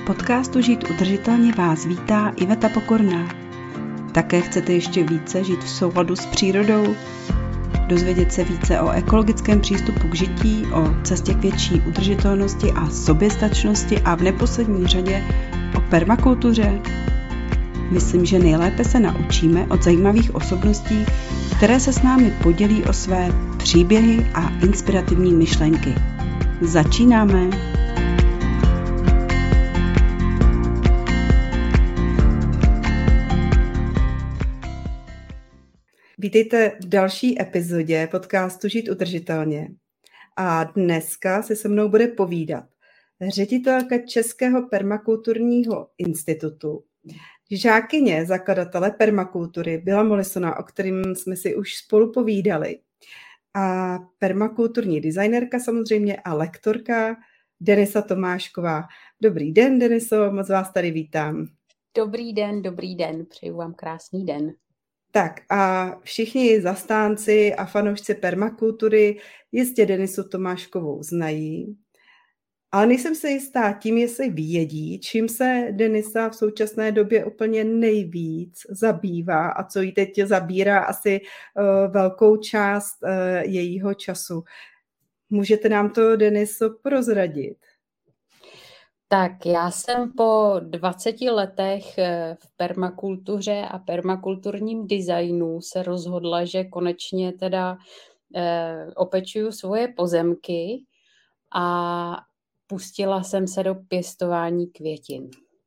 podcastu Žít udržitelně vás vítá Iveta Pokorná. Také chcete ještě více žít v souladu s přírodou? Dozvědět se více o ekologickém přístupu k žití, o cestě k větší udržitelnosti a soběstačnosti a v neposlední řadě o permakultuře? Myslím, že nejlépe se naučíme od zajímavých osobností, které se s námi podělí o své příběhy a inspirativní myšlenky. Začínáme! Vítejte v další epizodě podcastu Žít udržitelně. A dneska se se mnou bude povídat ředitelka Českého permakulturního institutu, žákyně zakladatele permakultury Billa Mollisona, o kterým jsme si už spolu povídali, a permakulturní designerka samozřejmě a lektorka Denisa Tomášková. Dobrý den, Deniso, moc vás tady vítám. Dobrý den, přeju vám krásný den. Tak a všichni zastánci a fanoušci permakultury jistě Denisu Tomáškovou znají, ale nejsem si jistá tím, jestli vědí, čím se Denisa v současné době úplně nejvíc zabývá a co jí teď zabírá asi velkou část jejího času. Můžete nám to, Deniso, prozradit? Tak já jsem po 20 letech v permakultuře a permakulturním designu se rozhodla, že konečně teda opečuju svoje pozemky a pustila jsem se do pěstování květin.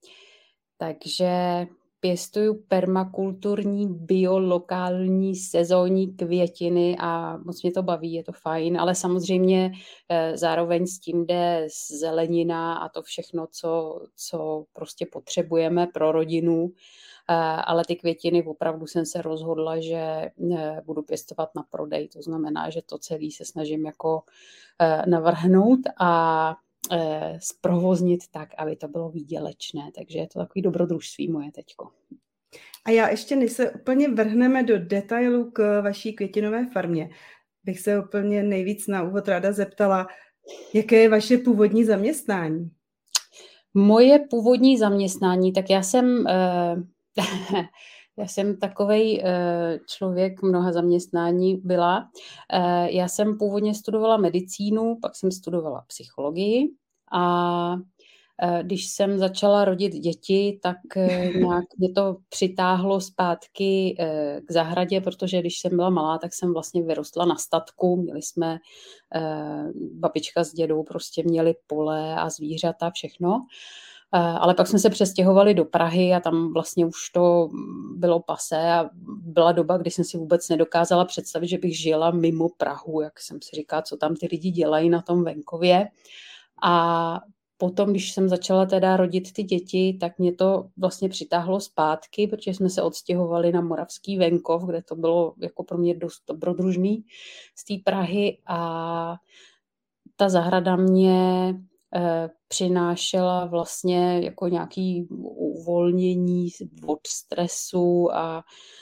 Takže pěstuju permakulturní, biolokální, sezónní květiny a moc mě to baví, je to fajn, ale samozřejmě zároveň s tím jde zelenina a to všechno, co prostě potřebujeme pro rodinu, ale ty květiny opravdu jsem se rozhodla, že budu pěstovat na prodej, to znamená, že to celé se snažím jako navrhnout a zprovoznit tak, aby to bylo výdělečné. Takže je to takový dobrodružství moje teďko. A já ještě, než se úplně vrhneme do detailů k vaší květinové farmě, bych se úplně nejvíc na úvod ráda zeptala, jaké je vaše původní zaměstnání? Moje původní zaměstnání, tak já jsem takovej člověk mnoha zaměstnání byla. Já jsem původně studovala medicínu, pak jsem studovala psychologii a když jsem začala rodit děti, tak nějak mě to přitáhlo zpátky k zahradě, protože když jsem byla malá, tak jsem vlastně vyrostla na statku. Měli jsme, babička s dědou prostě měli pole a zvířata, všechno. Ale pak jsme se přestěhovali do Prahy a tam vlastně už to bylo pasé a byla doba, kdy jsem si vůbec nedokázala představit, že bych žila mimo Prahu, jak jsem si říkala, co tam ty lidi dělají na tom venkově. A potom, když jsem začala teda rodit ty děti, tak mě to vlastně přitáhlo zpátky, protože jsme se odstěhovali na moravský venkov, kde to bylo jako pro mě dost dobrodružný z té Prahy a ta zahrada mě přinášela vlastně jako nějaké uvolnění od stresu a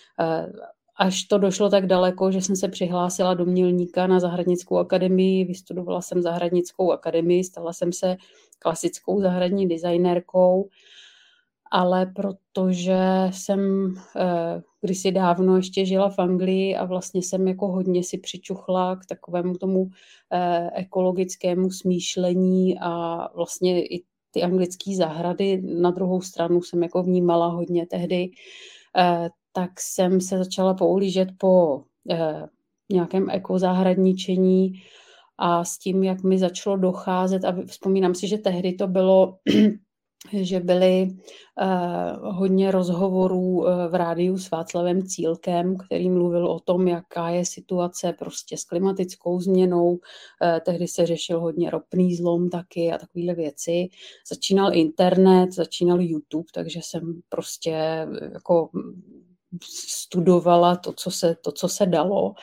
až to došlo tak daleko, že jsem se přihlásila do Mělníka na zahradnickou akademii, vystudovala jsem zahradnickou akademii, stala jsem se klasickou zahradní designérkou, ale protože jsem kdysi dávno ještě žila v Anglii a vlastně jsem jako hodně si přičuchla k takovému tomu ekologickému smýšlení a vlastně i ty anglické zahrady na druhou stranu jsem jako vnímala hodně tehdy, tak jsem se začala poulížet po nějakém ekozahradničení a s tím, jak mi začalo docházet, a vzpomínám si, že tehdy to bylo, že byly hodně rozhovorů v rádiu s Václavem Cílkem, který mluvil o tom, jaká je situace prostě s klimatickou změnou. Tehdy se řešil hodně ropný zlom taky a takovéhle věci. Začínal internet, začínal YouTube, takže jsem prostě jako studovala to, co se dalo.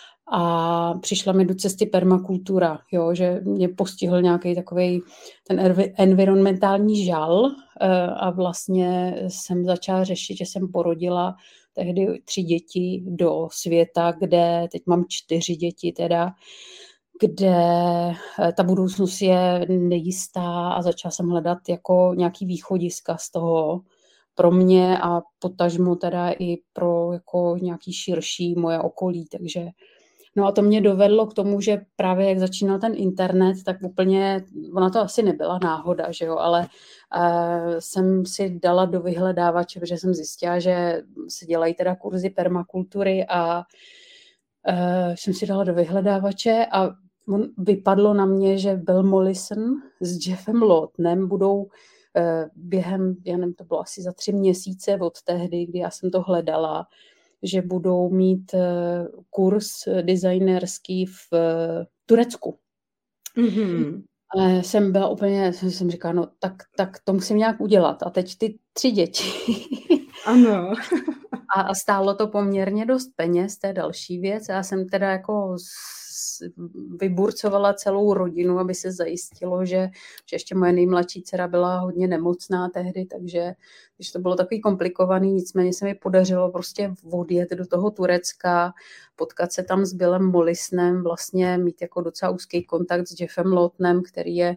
A přišla mi do cesty permakultura, jo, že mě postihl nějaký takovej ten environmentální žal a vlastně jsem začala řešit, že jsem porodila tehdy 3 děti do světa, kde teď mám 4 děti teda, kde ta budoucnost je nejistá a začala jsem hledat jako nějaký východiska z toho pro mě a potažmo teda i pro jako nějaký širší moje okolí, takže no a to mě dovedlo k tomu, že právě jak začínal ten internet, tak úplně, ona to asi nebyla náhoda, že jo, ale jsem si dala do vyhledávače, protože jsem zjistila, že se dělají teda kurzy permakultury a jsem si dala do vyhledávače a vypadlo na mě, že Bill Mollison s Jeffem Lawtonem budou během, já nevím, to bylo asi za 3 měsíce od tehdy, kdy já jsem to hledala, že budou mít kurz designerský v Turecku. Mm-hmm. Jsem byla úplně, jsem říkala, no tak to musím nějak udělat. A teď ty 3 děti. Ano. A stálo to poměrně dost peněz, to je další věc. Já jsem teda jako vyburcovala celou rodinu, aby se zajistilo, že ještě moje nejmladší dcera byla hodně nemocná tehdy, takže to bylo takový komplikovaný, nicméně se mi podařilo prostě odjet do toho Turecka, potkat se tam s Billem Mollisonem, vlastně mít jako docela úzký kontakt s Jeffem Lawtonem, který je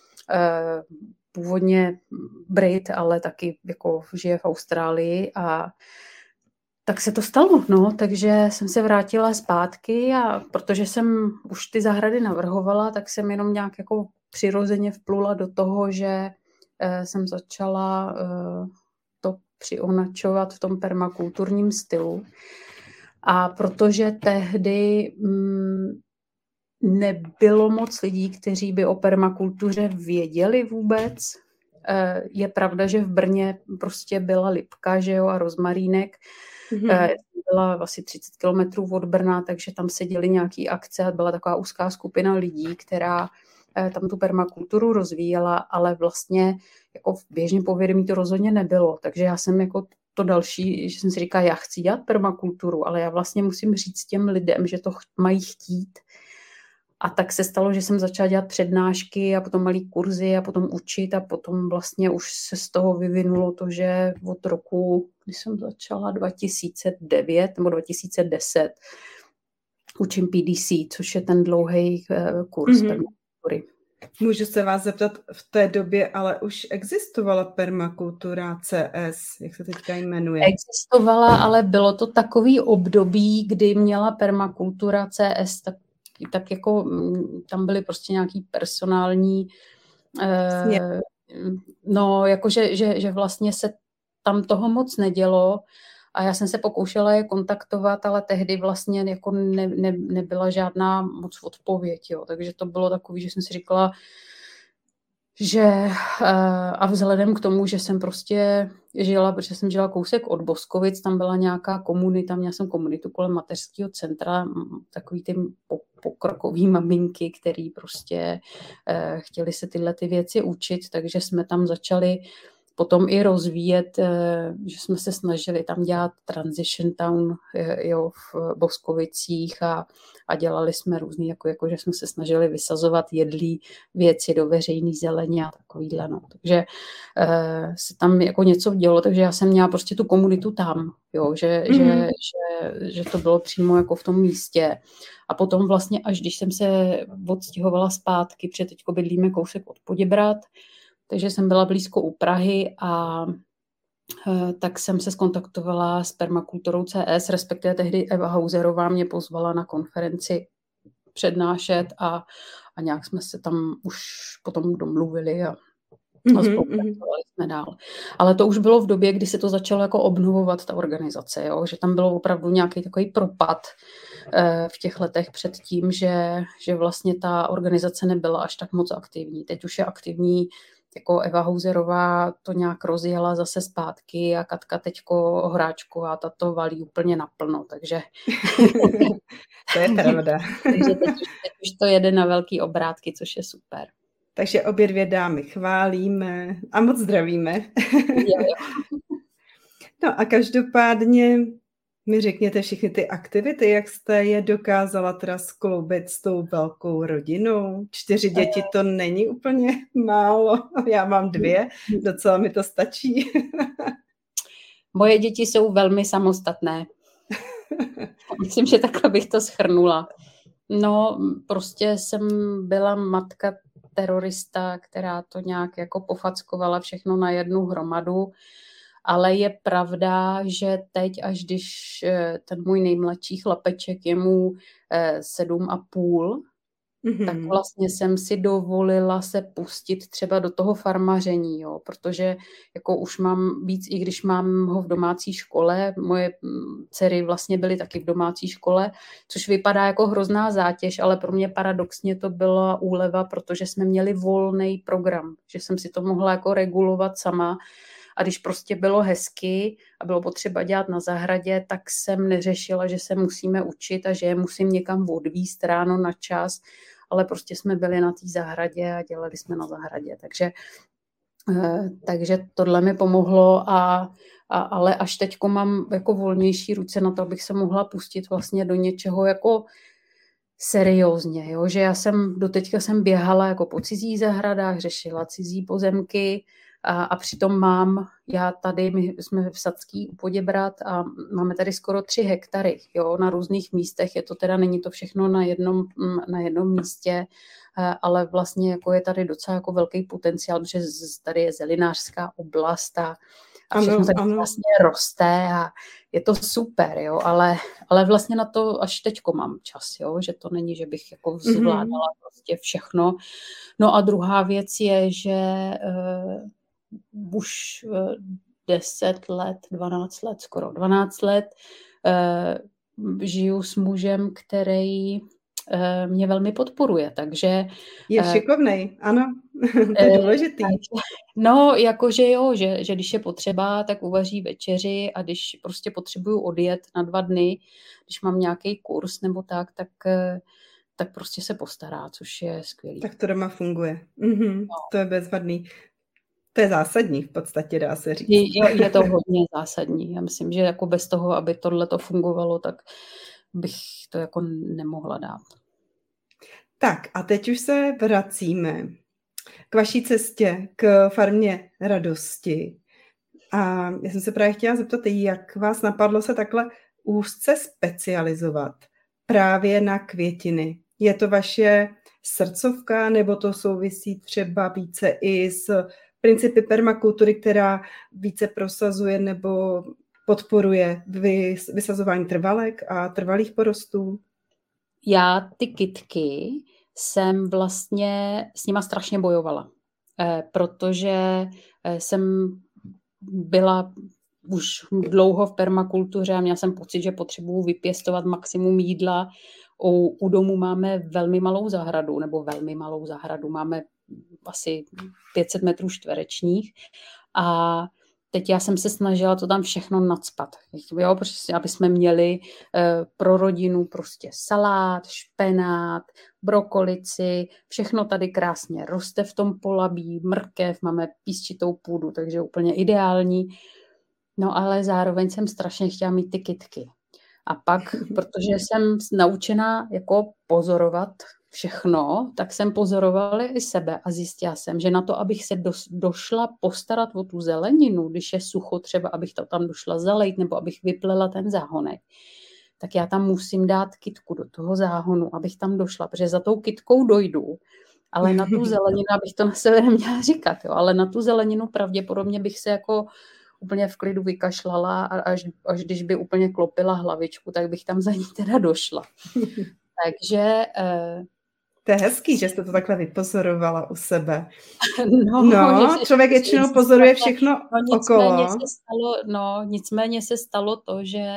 původně Brit, ale taky jako žije v Austrálii a tak se to stalo, no, takže jsem se vrátila zpátky a protože jsem už ty zahrady navrhovala, tak jsem jenom nějak jako přirozeně vplula do toho, že jsem začala to přionačovat v tom permakulturním stylu. A protože tehdy nebylo moc lidí, kteří by o permakultuře věděli vůbec, je pravda, že v Brně prostě byla Lipka, že jo, a rozmarínek, byla asi 30 kilometrů od Brna, takže tam se děly nějaký akce a byla taková úzká skupina lidí, která tam tu permakulturu rozvíjela, ale vlastně jako v běžném povědomí to rozhodně nebylo. Takže já jsem jako to další, že jsem si říkala, já chci dělat permakulturu, ale já vlastně musím říct těm lidem, že to mají chtít. A tak se stalo, že jsem začala dělat přednášky a potom malý kurzy a potom učit a potom vlastně už se z toho vyvinulo to, že od roku, když jsem začala 2009 nebo 2010, učím PDC, což je ten dlouhý kurz permakultury. Můžu se vás zeptat, v té době ale už existovala permakultura CS, jak se teďka jmenuje? Existovala, ale bylo to takový období, kdy měla permakultura CS tak jako tam byly prostě nějaký personální, no jakože že vlastně se tam toho moc nedělo a já jsem se pokoušela je kontaktovat, ale tehdy vlastně jako nebyla žádná moc odpověď, jo. Takže to bylo takový, že jsem si říkala, že a vzhledem k tomu, že jsem prostě žila, protože jsem žila kousek od Boskovic, tam byla nějaká komunita, měla jsem komunitu kolem mateřského centra, takový ty pokrokový maminky, který prostě chtěli se tyhle ty věci učit, takže jsme tam začali potom i rozvíjet, že jsme se snažili tam dělat Transition Town, jo, v Boskovicích a dělali jsme různý, jako že jsme se snažili vysazovat jedlí věci do veřejný zeleně a takovýhle, no. Takže se tam jako něco dělo, takže já jsem měla prostě tu komunitu tam, jo, že to bylo přímo jako v tom místě. A potom vlastně, až když jsem se odstěhovala zpátky, protože teďko bydlíme kousek od Poděbrad, takže jsem byla blízko u Prahy a tak jsem se skontaktovala s permakulturou CS, respektive tehdy Eva Hauserová mě pozvala na konferenci přednášet a nějak jsme se tam už potom domluvili a spolupracovali jsme dál. Ale to už bylo v době, kdy se to začalo jako obnovovat ta organizace, jo? Že tam bylo opravdu nějaký takový propad v těch letech předtím, že vlastně ta organizace nebyla až tak moc aktivní. Teď už je aktivní, jako Eva Hauserová to nějak rozjela zase zpátky a Katka teďko Horáčková, ta to valí úplně naplno, takže... To je pravda. Takže teď už to jede na velký obrátky, což je super. Takže obě dvě dámy chválíme a moc zdravíme. Jo. No a každopádně mi řekněte všechny ty aktivity, jak jste je dokázala teda skloubit s tou velkou rodinou. 4 děti to není úplně málo, já mám 2, docela mi to stačí. Moje děti jsou velmi samostatné. Myslím, že takhle bych to shrnula. No, prostě jsem byla matka terorista, která to nějak jako pofackovala všechno na jednu hromadu, ale je pravda, že teď, až když ten můj nejmladší chlapeček je mu 7,5, tak vlastně jsem si dovolila se pustit třeba do toho farmaření, jo, protože jako už mám víc, i když mám ho v domácí škole, moje dcery vlastně byly taky v domácí škole, což vypadá jako hrozná zátěž, ale pro mě paradoxně to byla úleva, protože jsme měli volný program, že jsem si to mohla jako regulovat sama. A když prostě bylo hezky a bylo potřeba dělat na zahradě, tak jsem neřešila, že se musíme učit a že je musím někam odvízt ráno na čas, ale prostě jsme byli na té zahradě a dělali jsme na zahradě. Takže tohle mi pomohlo, ale až teďko mám jako volnější ruce na to, abych se mohla pustit vlastně do něčeho jako seriózně, jo? Že já doteďka jsem běhala jako po cizích zahradách, řešila cizí pozemky, a přitom my jsme v Sadský u Poděbrad a máme tady skoro 3 hektary, jo, na různých místech, není to všechno na jednom místě, ale vlastně jako je tady docela jako velký potenciál, protože tady je zelinářská oblast a všechno tady vlastně roste a je to super, jo, ale vlastně na to až teďko mám čas, jo, že to není, že bych jako zvládala prostě všechno. No a druhá věc je, že už 10 let, 12 let, skoro 12 let žiju s mužem, který mě velmi podporuje, takže... Je šikovnej, ano, to je důležitý. No, jakože jo, že když je potřeba, tak uvaří večeři a když prostě potřebuju odjet na 2 dny, když mám nějaký kurz nebo tak prostě se postará, což je skvělý. Tak to doma funguje. No. To je bezvadný. To je zásadní v podstatě, dá se říct. Je to hodně zásadní. Já myslím, že jako bez toho, aby tohle to fungovalo, tak bych to jako nemohla dát. Tak a teď už se vracíme k vaší cestě, k farmě radosti. A já jsem se právě chtěla zeptat, jak vás napadlo se takhle úzce specializovat právě na květiny. Je to vaše srdcovka, nebo to souvisí třeba více i s principy permakultury, která více prosazuje nebo podporuje vysazování trvalek a trvalých porostů? Já ty kytky jsem vlastně s nima strašně bojovala, protože jsem byla už dlouho v permakultuře a měla jsem pocit, že potřebuji vypěstovat maximum jídla. U domu máme velmi malou zahradu, máme asi 500 metrů čtverečních a teď já jsem se snažila to tam všechno nacpat, jo, prostě, aby jsme měli pro rodinu prostě salát, špenát, brokolici, všechno tady krásně roste v tom polabí, mrkev, máme písčitou půdu, takže úplně ideální. No ale zároveň jsem strašně chtěla mít ty kytky. A pak, protože jsem naučená jako pozorovat všechno, tak jsem pozorovala i sebe a zjistila jsem, že na to, abych se došla postarat o tu zeleninu, když je sucho třeba, abych to tam došla zalejt nebo abych vyplela ten záhonek, tak já tam musím dát kytku do toho záhonu, abych tam došla, protože za tou kytkou dojdu, ale na tu zeleninu, abych to na sebe neměla říkat, jo, ale na tu zeleninu pravděpodobně bych se jako úplně v klidu vykašlala a až když by úplně klopila hlavičku, tak bych tam za ní teda došla. Takže... To je hezký, že jste to takhle vypozorovala u sebe. No člověk většinou pozoruje všechno okolo. Nicméně se stalo to, že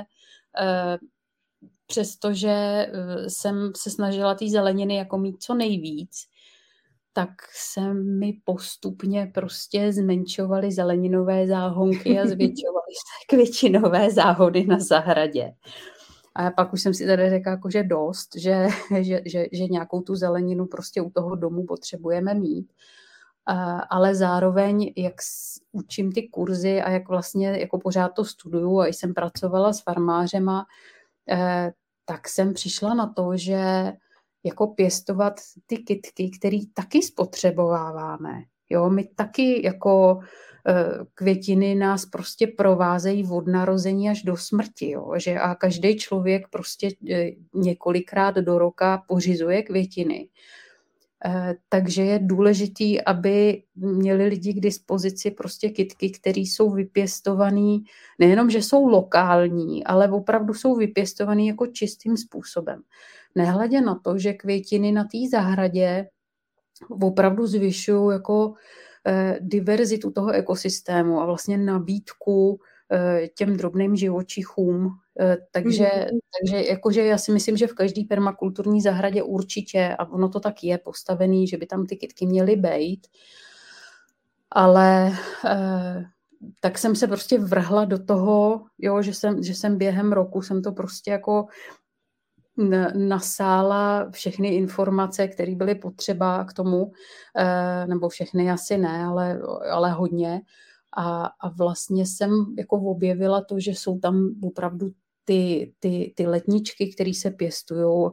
přestože jsem se snažila té zeleniny jako mít co nejvíc, tak se mi postupně prostě zmenšovaly zeleninové záhonky a zvětšovaly se květinové záhody na zahradě. A pak už jsem si tady řekla, jako, že dost, že nějakou tu zeleninu prostě u toho domu potřebujeme mít. Ale zároveň, jak učím ty kurzy a jak vlastně jako pořád to studuju a jsem pracovala s farmářema, tak jsem přišla na to, že jako pěstovat ty kytky, které taky spotřebováváme, Jo, my taky jako květiny nás prostě provázejí od narození až do smrti, jo, že a každý člověk prostě několikrát do roka pořizuje květiny. Takže je důležitý, aby měli lidi k dispozici prostě kytky, které jsou vypěstované, nejenom, že jsou lokální, ale opravdu jsou vypěstované jako čistým způsobem. Nehledě na to, že květiny na té zahradě opravdu zvyšují jako diverzitu toho ekosystému a vlastně nabídku těm drobným živočichům. Takže jakože já si myslím, že v každé permakulturní zahradě určitě, a ono to tak je postavený, že by tam ty kytky měly být, ale tak jsem se prostě vrhla do toho, jo, že jsem během roku jsem to prostě jako nasála všechny informace, které byly potřeba k tomu, nebo všechny asi ne, ale hodně. A vlastně jsem jako objevila to, že jsou tam opravdu ty letničky, které se pěstujou a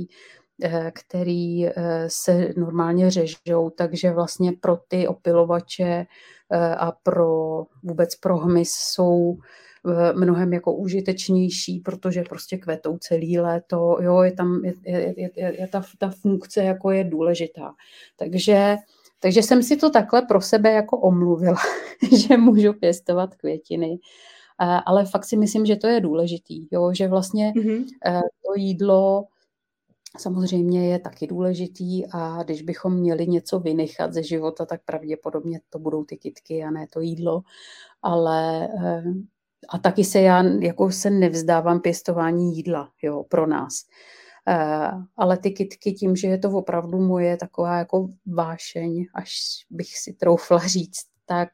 který se normálně řežou, takže vlastně pro ty opylovače a vůbec pro hmyz jsou mnohem jako užitečnější, protože prostě kvetou celý léto, jo, je ta funkce jako je důležitá. Takže jsem si to takhle pro sebe jako omluvila, že můžu pěstovat květiny, ale fakt si myslím, že to je důležitý, jo, že vlastně to jídlo samozřejmě je taky důležitý a když bychom měli něco vynechat ze života, tak pravděpodobně to budou ty kytky a ne to jídlo, ale a taky se nevzdávám pěstování jídla, jo, pro nás. Ale ty kytky tím, že je to opravdu moje taková jako vášeň, až bych si troufla říct, tak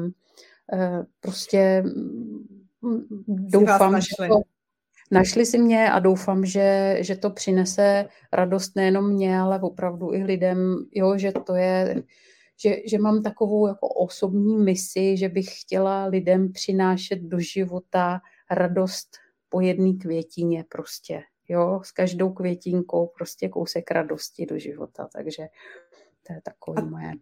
prostě doufám, že to našli si mě a doufám, že to přinese radost nejenom mě, ale opravdu i lidem, jo, že to je, že mám takovou jako osobní misi, že bych chtěla lidem přinášet do života radost po jedné květině prostě, jo, s každou květinkou prostě kousek radosti do života, takže to je takový moje.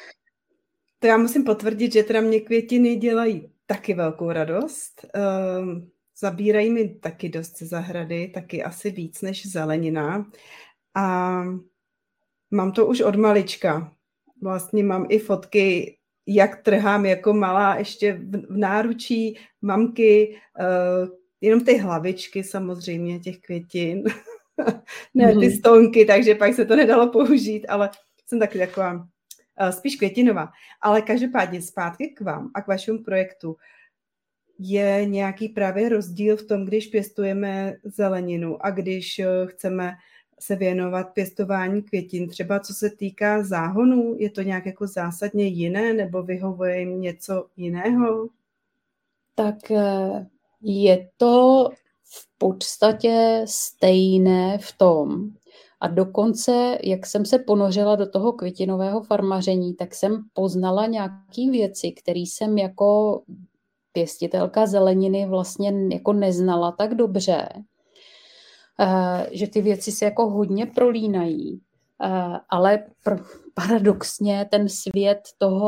To já musím potvrdit, že teda mě květiny dělají taky velkou radost. Zabírají mi taky dost ze zahrady, taky asi víc než zelenina. A mám to už od malička. Vlastně mám i fotky, jak trhám jako malá ještě v náručí mamky, jenom ty hlavičky samozřejmě těch květin, ne ty stonky, takže pak se to nedalo použít, ale jsem taky taková spíš květinová. Ale každopádně zpátky k vám a k vašemu projektu. Je nějaký právě rozdíl v tom, když pěstujeme zeleninu a když chceme se věnovat pěstování květin, třeba co se týká záhonů, je to nějak jako zásadně jiné nebo vyhovuje jim něco jiného? Tak je to v podstatě stejné v tom, a dokonce, jak jsem se ponořila do toho květinového farmaření, tak jsem poznala nějaké věci, které jsem jako pěstitelka zeleniny vlastně jako neznala tak dobře, že ty věci se jako hodně prolínají, ale paradoxně ten svět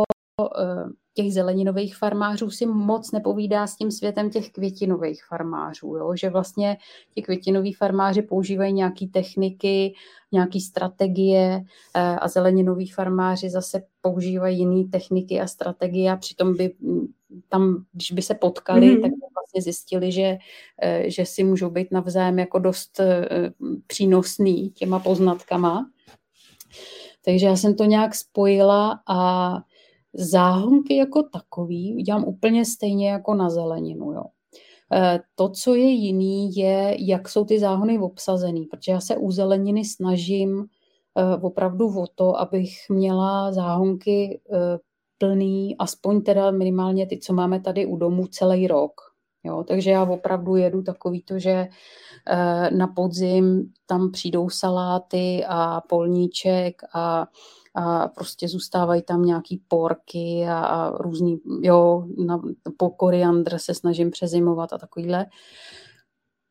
těch zeleninových farmářů si moc nepovídá s tím světem těch květinových farmářů, jo? Že vlastně ti květinoví farmáři používají nějaké techniky, nějaké strategie a zeleninoví farmáři zase používají jiné techniky a strategie a přitom by tam, když by se potkali, tak by vlastně zjistili, že si můžou být navzájem jako dost přínosný těma poznatkama. Takže já jsem to nějak spojila a záhonky jako takový dělám úplně stejně jako na zeleninu. Jo. To, co je jiný, je, jak jsou ty záhony obsazený, protože já se u zeleniny snažím opravdu o to, abych měla záhonky plný, aspoň teda minimálně ty, co máme tady u domu celý rok. Jo, takže já opravdu jedu takový to, že na podzim tam přijdou saláty a polníček a prostě zůstávají tam nějaký porky a různý, jo, po koriandr se snažím přezimovat a takovýhle.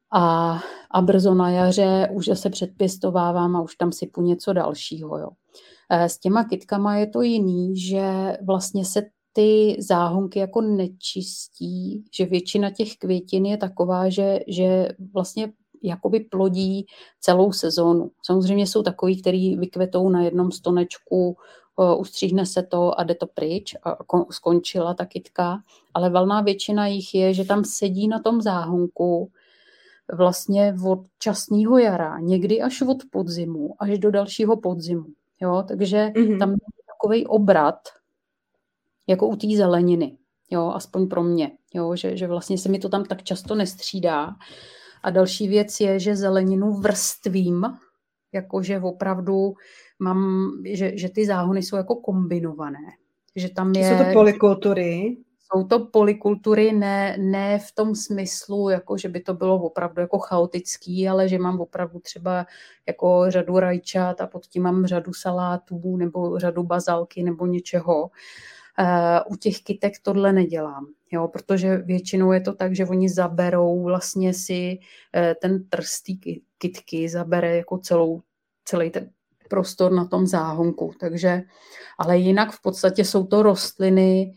A brzo na jaře už se předpěstovávám a už tam sypu něco dalšího. Jo. S těma kytkama je to jiný, že vlastně se ty záhonky jako nečistí, že většina těch květin je taková, že vlastně jakoby plodí celou sezónu. Samozřejmě jsou takový, který vykvetou na jednom stonečku, ustříhne se to a jde to pryč a skončila ta kytka, ale valná většina jich je, že tam sedí na tom záhonku vlastně od časného jara, někdy až od podzimu, až do dalšího podzimu. Jo? Takže tam je takovej obrat, jako u té zeleniny, jo? Aspoň pro mě, jo? Že vlastně se mi to tam tak často nestřídá. A další věc je, že zeleninu vrstvím, jakože opravdu mám, že ty záhony jsou jako kombinované. Že tam je... Jsou to polykultury? Jsou to polykultury, ne v tom smyslu, jako že by to bylo opravdu jako chaotický, ale že mám opravdu třeba jako řadu rajčat a pod tím mám řadu salátů nebo řadu bazalky nebo něčeho. U těch kytek tohle nedělám, jo, protože většinou je to tak, že oni zaberou vlastně si ten trst kytky, zabere jako celý ten prostor na tom záhonku. Takže, ale jinak v podstatě jsou to rostliny,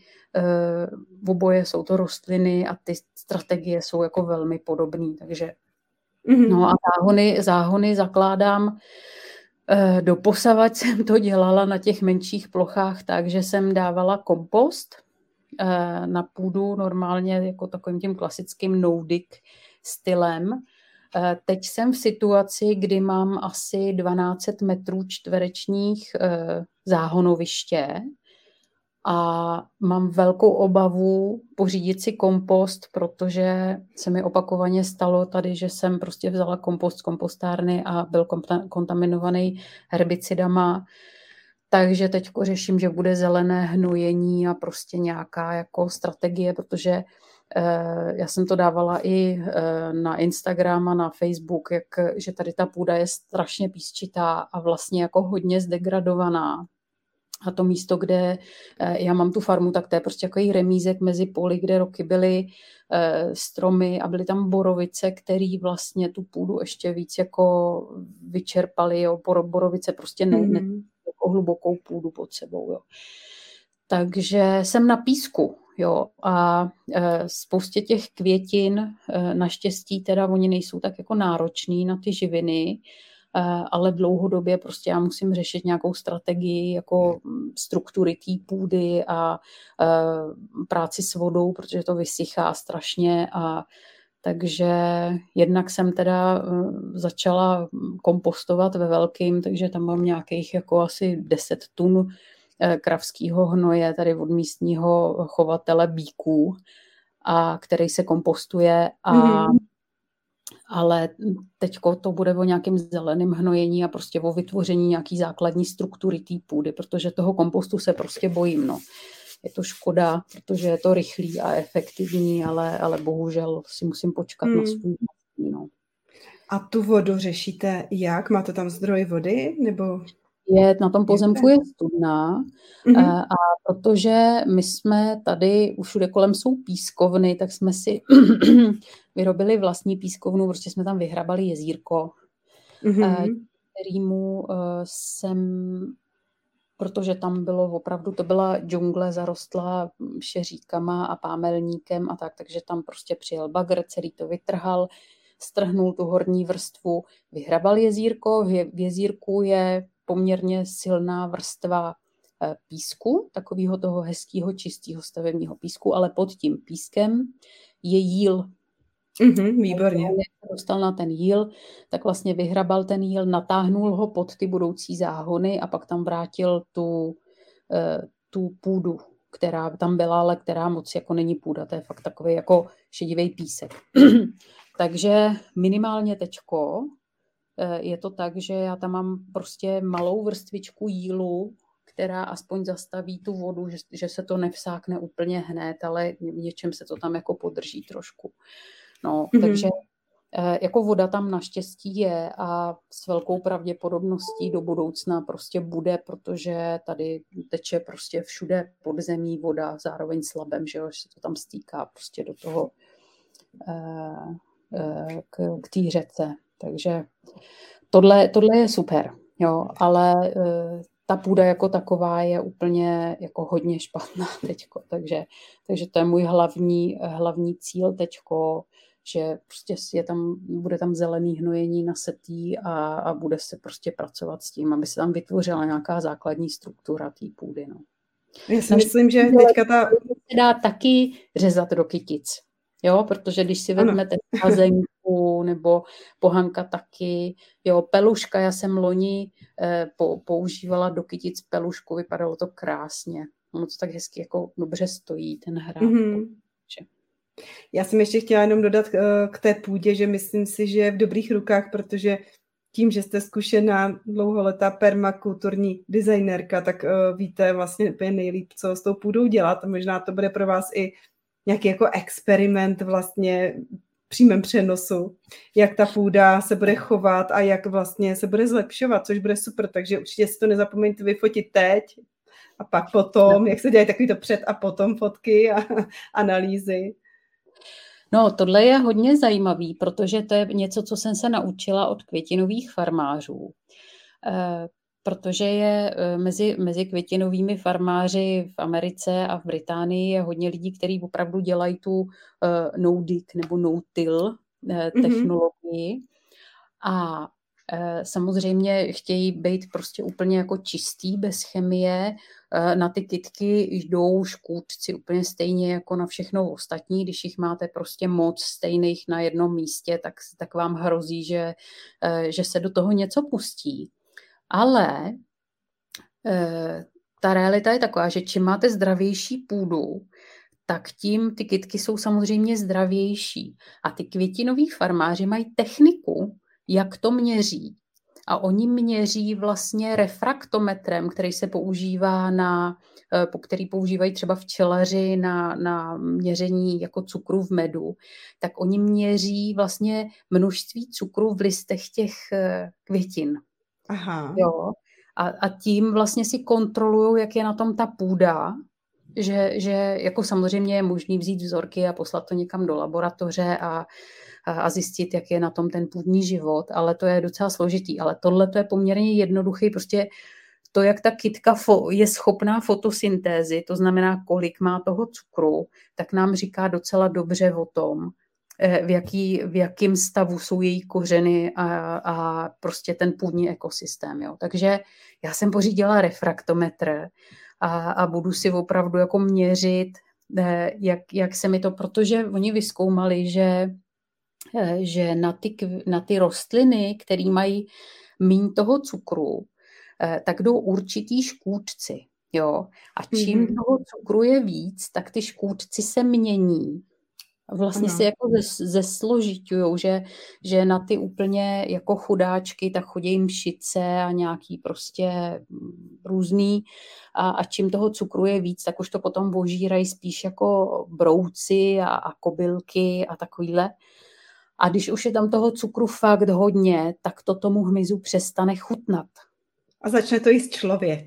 oboje jsou to rostliny a ty strategie jsou jako velmi podobné. Takže no a záhony zakládám. Doposavad jsem to dělala na těch menších plochách tak, že jsem dávala kompost na půdu normálně jako takovým tím klasickým no-dig stylem. Teď jsem v situaci, kdy mám asi 1200 metrů čtverečních záhonoviště a mám velkou obavu pořídit si kompost, protože se mi opakovaně stalo tady, že jsem prostě vzala kompost z kompostárny a byl kontaminovaný herbicidama. Takže teď řeším, že bude zelené hnojení a prostě nějaká jako strategie, protože já jsem to dávala i na Instagram a na Facebook, že tady ta půda je strašně písčitá a vlastně jako hodně zdegradovaná. A to místo, kde já mám tu farmu, tak to je prostě takový remízek mezi poli, kde roky byly stromy a byly tam borovice, které vlastně tu půdu ještě víc jako vyčerpaly. Jo. Borovice prostě ne jako hlubokou půdu pod sebou. Jo. Takže jsem na písku. Jo. A spoustě těch květin, naštěstí teda oni nejsou tak jako náročný na ty živiny, ale dlouhodobě prostě já musím řešit nějakou strategii jako struktury té půdy a práci s vodou, protože to vysychá strašně a takže jednak jsem teda začala kompostovat ve velkým, takže tam mám nějakých jako asi 10 tun kravského hnoje tady od místního chovatele bíků, a který se kompostuje a ale teďko to bude o nějakém zeleném hnojení a prostě o vytvoření nějaký základní struktury té půdy, protože toho kompostu se prostě bojím. No. Je to škoda, protože je to rychlý a efektivní, ale bohužel si musím počkat na svůj. No. A tu vodu řešíte jak? Máte tam zdroj vody? Nebo... Na tom pozemku je studna a protože my jsme tady, všude kolem jsou pískovny, tak jsme si vyrobili vlastní pískovnu, prostě jsme tam vyhrabali jezírko, kterýmu protože tam bylo opravdu, to byla džungle zarostlá šeříkama a pámelníkem a tak, takže tam prostě přijel bagr, celý to vytrhal, strhnul tu horní vrstvu, vyhrabal jezírko, v jezírku je poměrně silná vrstva písku, takového toho hezkého, čistého stavebního písku, ale pod tím pískem je jíl. Výborně. Když dostal na ten jíl, tak vlastně vyhrabal ten jíl, natáhnul ho pod ty budoucí záhony a pak tam vrátil tu půdu, která tam byla, ale která moc jako není půda, to je fakt takový jako šedivý písek. Takže minimálně teďko je to tak, že já tam mám prostě malou vrstvičku jílu, která aspoň zastaví tu vodu, že se to nevsákne úplně hned, ale něčem se to tam jako podrží trošku. No, takže jako voda tam naštěstí je a s velkou pravděpodobností do budoucna prostě bude, protože tady teče prostě všude podzemní voda, zároveň slabem, že se to tam stýká prostě do toho k té řece. Takže tohle je super, jo, ale ta půda jako taková je úplně jako hodně špatná teďko, takže to je můj hlavní cíl teďko, že prostě bude tam zelený hnojení nasetý a bude se prostě pracovat s tím, aby se tam vytvořila nějaká základní struktura té půdy. No. Já si myslím, že teďka se dá taky řezat do kytic, jo, protože když si vezmete hazenku nebo pohanka taky, jo, peluška, já jsem loni používala do kytic pelušku, vypadalo to krásně, ono to tak hezky jako dobře stojí ten hrát. Mm-hmm. Já jsem ještě chtěla jenom dodat k té půdě, že myslím si, že je v dobrých rukách, protože tím, že jste zkušená dlouholetá permakulturní designérka, tak víte vlastně úplně nejlíp, co s tou půdou dělat. A možná to bude pro vás i nějaký jako experiment vlastně v přímém přenosu, jak ta půda se bude chovat a jak vlastně se bude zlepšovat, což bude super. Takže určitě si to nezapomeňte vyfotit teď a pak potom, jak se dělají takovýto před a potom fotky a analýzy. No, tohle je hodně zajímavý, protože to je něco, co jsem se naučila od květinových farmářů. Protože je mezi květinovými farmáři v Americe a v Británii je hodně lidí, kteří opravdu dělají tu no-dig nebo no-till technologii. A samozřejmě chtějí být prostě úplně jako čistý, bez chemie. Na ty kytky jdou škůdci úplně stejně jako na všechno ostatní. Když jich máte prostě moc stejných na jednom místě, tak vám hrozí, že se do toho něco pustí. Ale ta realita je taková, že čím máte zdravější půdu, tak tím ty kytky jsou samozřejmě zdravější. A ty květinoví farmáři mají techniku, jak to měří. A oni měří vlastně refraktometrem, který se používá který používají třeba včelaři na měření jako cukru v medu, tak oni měří vlastně množství cukru v listech těch květin. Aha. Jo. A tím vlastně si kontrolují, jak je na tom ta půda, že jako samozřejmě je možný vzít vzorky a poslat to někam do laboratoře a zjistit, jak je na tom ten půdní život, ale to je docela složitý. Ale tohle to je poměrně jednoduchý, prostě to, jak ta kytka je schopná fotosyntézy, to znamená, kolik má toho cukru, tak nám říká docela dobře o tom, v jakém stavu jsou její kořeny a prostě ten půdní ekosystém. Jo. Takže já jsem pořídila refraktometr a budu si opravdu jako měřit, jak se mi to, protože oni vyzkoumali, že na ty rostliny, které mají míň toho cukru, tak jdou určitý škůdci. Jo? A čím toho cukru je víc, tak ty škůdci se mění. Vlastně se jako zesložitujou, že na ty úplně jako chudáčky tak chodí mšice a nějaký prostě různý a čím toho cukru je víc, tak už to potom božírají spíš jako brouci a kobylky a takovýhle. A když už je tam toho cukru fakt hodně, tak to tomu hmyzu přestane chutnat. A začne to jíst člověk.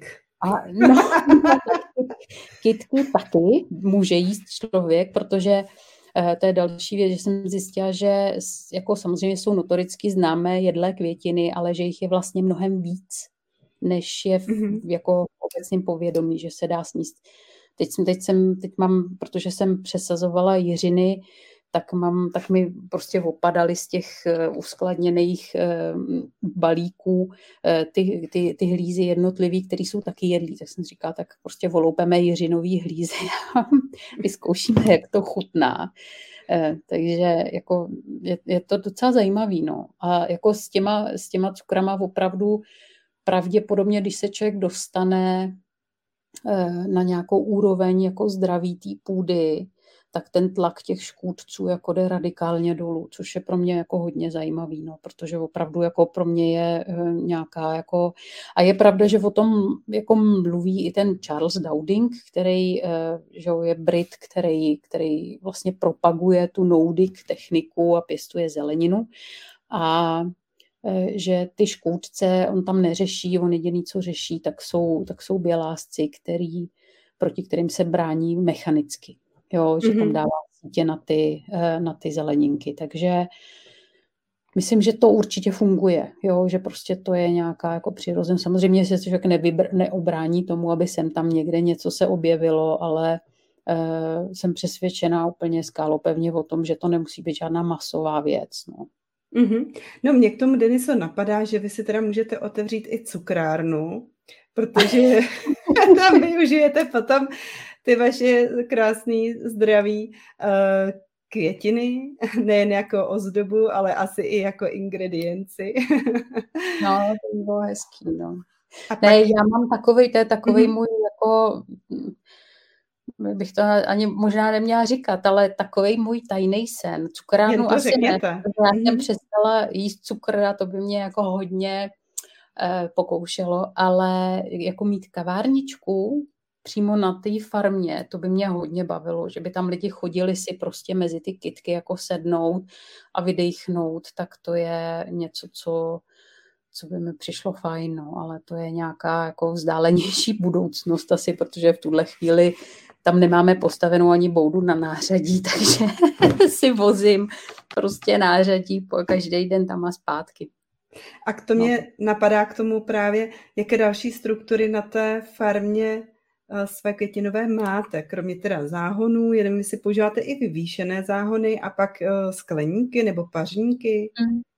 Kytky taky může jíst člověk, protože to je další věc, že jsem zjistila, že jako samozřejmě jsou notoricky známé jedlé květiny, ale že jich je vlastně mnohem víc, než je jako obecným povědomí, že se dá sníst. Teď mám, protože jsem přesazovala jiřiny, tak mi prostě opadaly z těch uskladněných balíků ty hlízy jednotlivý, které jsou taky jedlí. Tak jsem říkala, tak prostě oloupeme jiřinový hlízy a vyzkoušíme, jak to chutná. Takže jako je to docela zajímavý. No. A jako s těma cukrama opravdu pravděpodobně, když se člověk dostane na nějakou úroveň jako zdraví té půdy, tak ten tlak těch škůdců jako jde radikálně dolů, což je pro mě jako hodně zajímavý, no, protože opravdu jako pro mě je nějaká jako... A je pravda, že o tom jako mluví i ten Charles Dowding, který že je Brit, který vlastně propaguje tu no-dig techniku a pěstuje zeleninu a že ty škůdce on tam neřeší, on jediný, co řeší, tak jsou bělásci, proti kterým se brání mechanicky. Jo, že tam dává sítě na ty zeleninky. Takže myslím, že to určitě funguje, jo? Že prostě to je nějaká jako přirozenost. Samozřejmě se člověk neobrání tomu, aby sem tam někde něco se objevilo, ale jsem přesvědčená úplně skálopevně o tom, že to nemusí být žádná masová věc. No. No mě k tomu, Deniso, napadá, že vy si teda můžete otevřít i cukrárnu, protože tam využijete potom ty vaše krásný, zdraví květiny, nejen jako ozdobu, ale asi i jako ingredienci. No, to bylo hezký, no. Ne, já mám takovej, to je takovej můj jako, bych to ani možná neměla říkat, ale takovej můj tajný sen. Cukrárnu asi řekněte. Ne, já jsem přestala jíst cukr a to by mě jako hodně pokoušelo, ale jako mít kavárničku přímo na té farmě, to by mě hodně bavilo, že by tam lidi chodili si prostě mezi ty kytky jako sednout a vydechnout, tak to je něco, co by mi přišlo fajn, no, ale to je nějaká jako vzdálenější budoucnost asi, protože v tuhle chvíli tam nemáme postavenou ani boudu na nářadí, takže si vozím prostě nářadí po každý den tam a zpátky. A to mě napadá k tomu právě, jaké další struktury na té farmě své květinové máte, kromě teda záhonů, nevím, jestli používáte i vyvýšené záhony a pak skleníky nebo pařníky.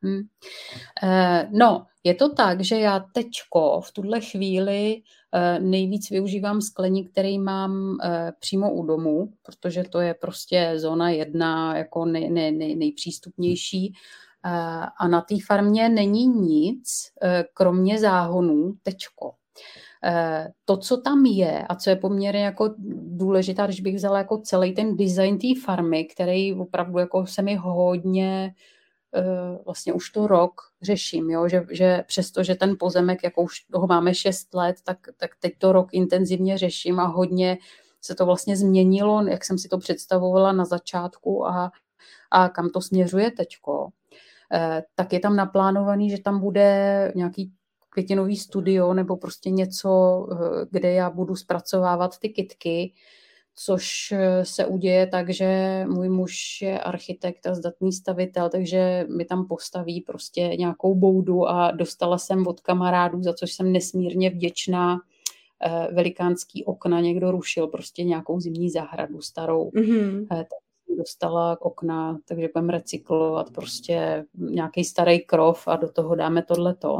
No, je to tak, že já teďko v tuhle chvíli nejvíc využívám skleník, který mám přímo u domu, protože to je prostě zóna 1 jako nejpřístupnější. A na té farmě není nic, kromě záhonů, tečko. To, co tam je a co je poměrně jako důležité, když bych vzala jako celý ten design té farmy, který opravdu jako se mi hodně, vlastně už to rok řeším, jo? Že přesto, že ten pozemek, jako už toho máme 6 let, tak teď to rok intenzivně řeším a hodně se to vlastně změnilo, jak jsem si to představovala na začátku a kam to směřuje teďko. Tak je tam naplánovaný, že tam bude nějaký květinový studio nebo prostě něco, kde já budu zpracovávat ty kytky, což se uděje tak, že můj muž je architekt a zdatný stavitel, takže mi tam postaví prostě nějakou boudu a dostala jsem od kamarádů, za což jsem nesmírně vděčná, velikánský okna někdo rušil, prostě nějakou zimní zahradu starou. Tak dostala okna, takže budeme recyklovat prostě nějaký starý krov a do toho dáme tohleto.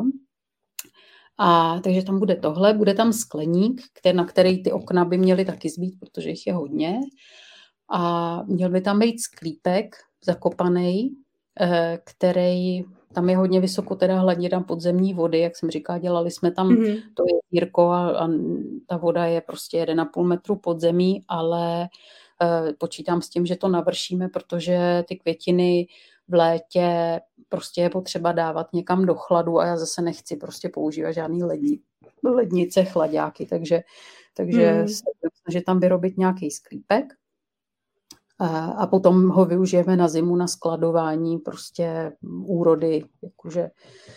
A takže tam bude tohle, bude tam skleník, na který ty okna by měly taky zbýt, protože jich je hodně. A měl by tam být sklípek zakopaný, který, tam je hodně vysoko teda hladina podzemní vody, jak jsem říkala, dělali jsme tam to jezírko a ta voda je prostě 1,5 metru podzemí, ale počítám s tím, že to navršíme, protože ty květiny v létě prostě je potřeba dávat někam do chladu a já zase nechci prostě používat žádný lednice, chladáky, takže se snažím tam vyrobit nějaký sklípek a potom ho využijeme na zimu na skladování prostě úrody, jakože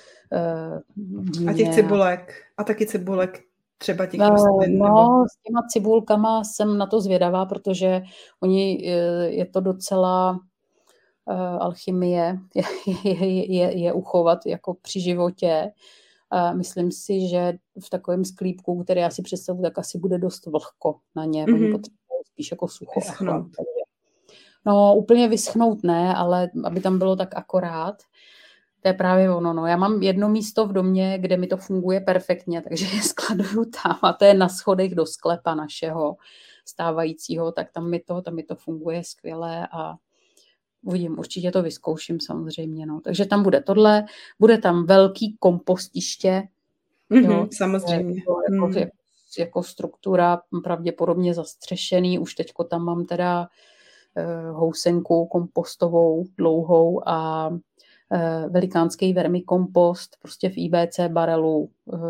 a těch cibulek, a taky cibulek třeba těch rostlin. No, s těma cibulkama jsem na to zvědavá, protože je to docela alchymie je uchovat jako při životě. Myslím si, že v takovém sklípku, který já si představuji, tak asi bude dost vlhko na ně. Oni potřebují spíš jako sucho. No, úplně vyschnout ne, ale aby tam bylo tak akorát. To je právě ono. No. Já mám jedno místo v domě, kde mi to funguje perfektně, takže je skladuju tam a to je na schodech do sklepa našeho stávajícího, tak tam mi to funguje skvěle a uvidím, určitě to vyzkouším samozřejmě. No. Takže tam bude tohle, bude tam velký kompostiště. Jo, samozřejmě. Jako struktura pravděpodobně zastřešený. Už teďko tam mám teda housenku kompostovou dlouhou a velikánský vermikompost prostě v IBC barelu,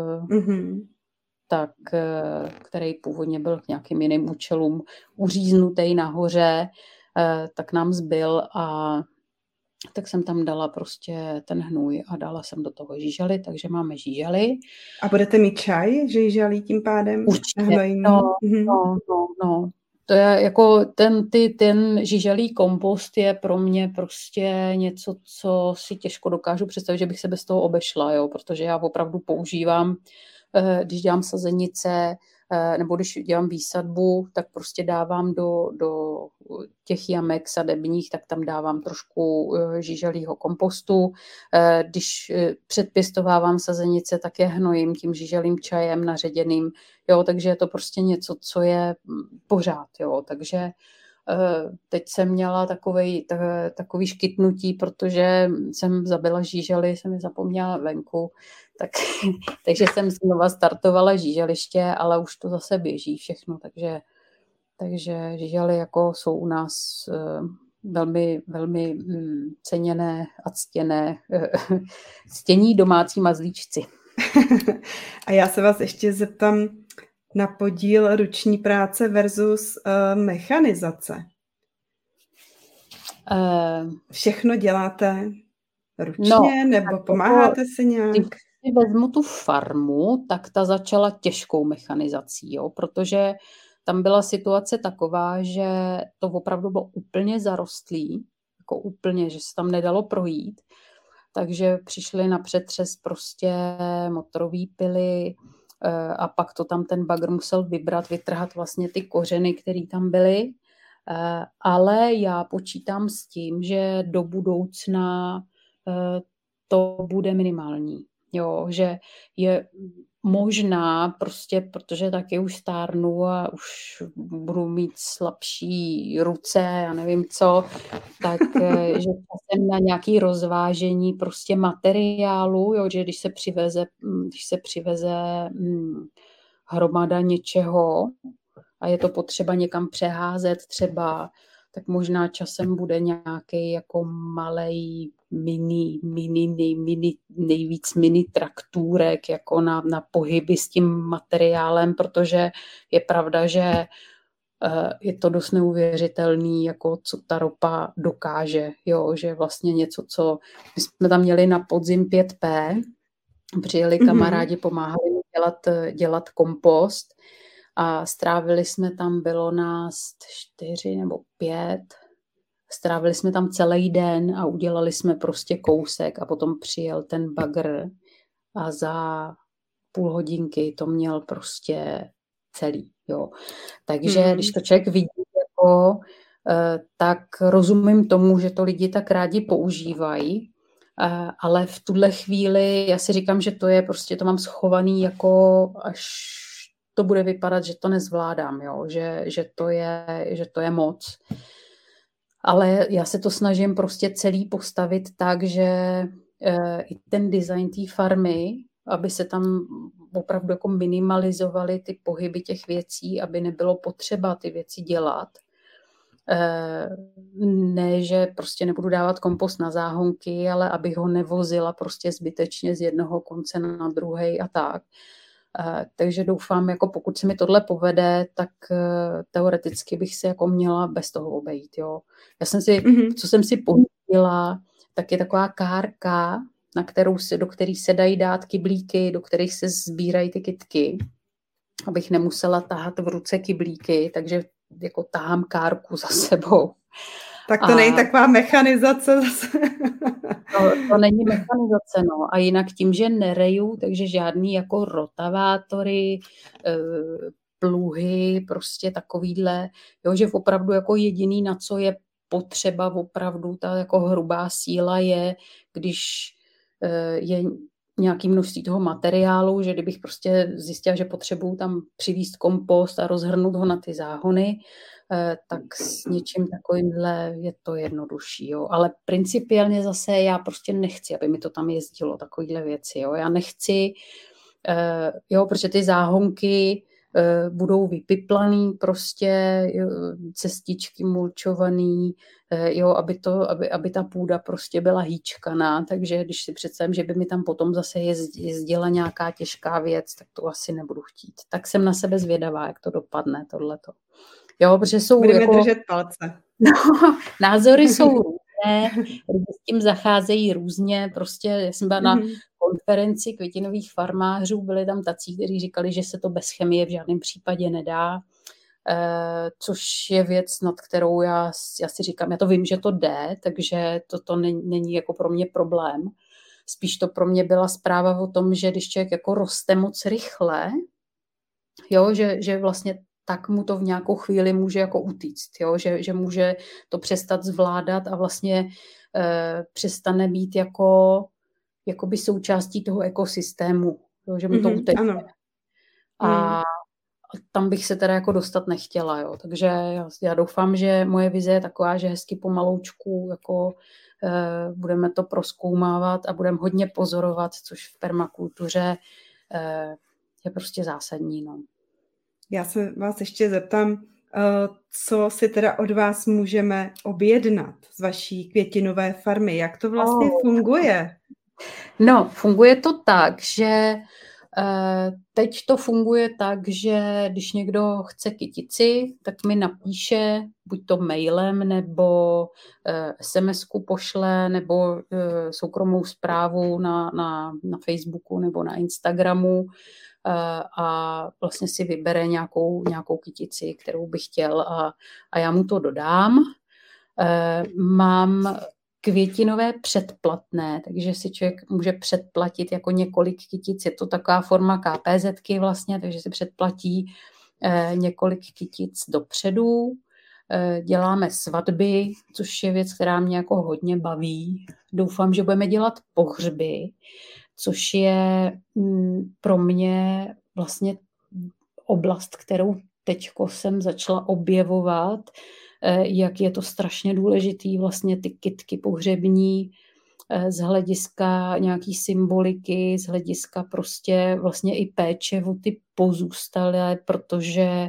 tak, který původně byl k nějakým jiným účelům uříznutý nahoře, tak nám zbyl a tak jsem tam dala prostě ten hnůj a dala jsem do toho žížaly, takže máme žížaly. A budete mít čaj žížalí tím pádem? Určitě, no. To je jako ten žiželý kompost je pro mě prostě něco, co si těžko dokážu představit, že bych se bez toho obešla, jo, protože já opravdu používám, když dělám sazenice, nebo když dělám výsadbu, tak prostě dávám do těch jamek sadebních, tak tam dávám trošku žíželýho kompostu. Když předpěstovávám sazenice, tak je hnojím tím žíželým čajem naředěným. Jo, takže je to prostě něco, co je pořád. Jo. Takže teď jsem měla takový škytnutí, protože jsem zabila žížely, jsem je zapomněla venku. Takže jsem znova startovala žíželiště, ale už to zase běží všechno, takže žížely jako jsou u nás velmi, velmi ceněné a ctění domácí mazlíčci. A já se vás ještě zeptám na podíl ruční práce versus mechanizace. Všechno děláte ručně, nebo pomáháte si nějak? Když vezmu tu farmu, tak ta začala těžkou mechanizací, jo, protože tam byla situace taková, že to opravdu bylo úplně zarostlý, jako úplně, že se tam nedalo projít, takže přišli na přetřes prostě motorový pily a pak to tam ten bagr musel vybrat, vytrhat vlastně ty kořeny, které tam byly, ale já počítám s tím, že do budoucna to bude minimální. Jo, že je možná prostě, protože taky už stárnu a už budu mít slabší ruce, já nevím co, tak že jsem na nějaké rozvážení prostě materiálu, jo, že když se přiveze hromada něčeho a je to potřeba někam přeházet třeba, tak možná časem bude nějaký jako malej nejvíc mini traktůrek jako na pohyby s tím materiálem, protože je pravda, že je to dost neuvěřitelný, jako co ta ropa dokáže, jo, že vlastně něco, co my jsme tam měli na podzim 5P, přijeli kamarádi, pomáhali mi dělat kompost a strávili jsme tam, bylo nás 4 nebo 5, strávili jsme tam celý den a udělali jsme prostě kousek a potom přijel ten bagr a za půl hodinky to měl prostě celý. Jo. Takže když to člověk vidí, jako, tak rozumím tomu, že to lidi tak rádi používají, ale v tuhle chvíli já si říkám, že to je prostě, to mám schovaný jako až to bude vypadat, že to nezvládám, jo? Že to je moc. Ale já se to snažím prostě celý postavit tak, že i ten design té farmy, aby se tam opravdu jako minimalizovaly ty pohyby těch věcí, aby nebylo potřeba ty věci dělat. Ne, že prostě nebudu dávat kompost na záhonky, ale abych ho nevozila prostě zbytečně z jednoho konce na druhej a tak. Takže doufám, jako pokud se mi tohle povede, tak teoreticky bych se jako měla bez toho obejít. Jo. Já jsem si, co jsem si pořídila, tak je taková kárka, do které se dají dát kyblíky, do kterých se sbírají ty kytky, abych nemusela tahat v ruce kyblíky, takže jako tahám kárku za sebou. Tak to není taková mechanizace zase. To není mechanizace, no. A jinak tím, že nereju, takže žádný jako rotavátory, pluhy, prostě takovýhle, jo, že opravdu jako jediný, na co je potřeba opravdu, ta jako hrubá síla je, když je nějaké množství toho materiálu, že kdybych prostě zjistila, že potřebuju tam přivízt kompost a rozhrnout ho na ty záhony, tak s něčím takovýmhle je to jednodušší. Jo. Ale principiálně zase já prostě nechci, aby mi to tam jezdilo, takovýhle věci. Jo. Já nechci, protože ty záhonky budou vypiplaný prostě, cestičky mulčovaný, aby ta půda prostě byla hýčkaná, takže když si představím, že by mi tam potom zase jezdila nějaká těžká věc, tak to asi nebudu chtít. Tak jsem na sebe zvědavá, jak to dopadne, tohleto. Jo, protože jsou budeme držet palce. No, názory jsou různé, lidi s tím zacházejí různě, prostě já jsem byla na konferenci květinových farmářů, byli tam tací, kteří říkali, že se to bez chemie v žádném případě nedá. což je věc, nad kterou já si říkám, já to vím, že to jde, takže to není jako pro mě problém. Spíš to pro mě byla zpráva o tom, že když člověk jako roste moc rychle, jo, že vlastně tak mu to v nějakou chvíli může jako utíct, jo, že může to přestat zvládat a vlastně přestane být jakoby součástí toho ekosystému, jo, že mu to uteče. A tam bych se teda jako dostat nechtěla, jo. Takže já doufám, že moje vize je taková, že hezky pomaloučku jako budeme to prozkoumávat a budeme hodně pozorovat, což v permakultuře je prostě zásadní, no. Já se vás ještě zeptám, co si teda od vás můžeme objednat z vaší květinové farmy. Jak to vlastně funguje? No, funguje to tak, že teď to funguje tak, že když někdo chce kytici, tak mi napíše buď to mailem, nebo SMS-ku pošle, nebo soukromou zprávu na Facebooku nebo na Instagramu a vlastně si vybere nějakou kytici, kterou bych chtěl a já mu to dodám. Mám květinové předplatné, takže si člověk může předplatit jako několik kytic. Je to taková forma KPZky vlastně, takže si předplatí několik kytic dopředu. Děláme svatby, což je věc, která mě jako hodně baví. Doufám, že budeme dělat pohřby, což je pro mě vlastně oblast, kterou teďko jsem začala objevovat, jak je to strašně důležitý vlastně ty kytky pohřební z hlediska nějaký symboliky, z hlediska prostě vlastně i péče o ty pozůstalé, protože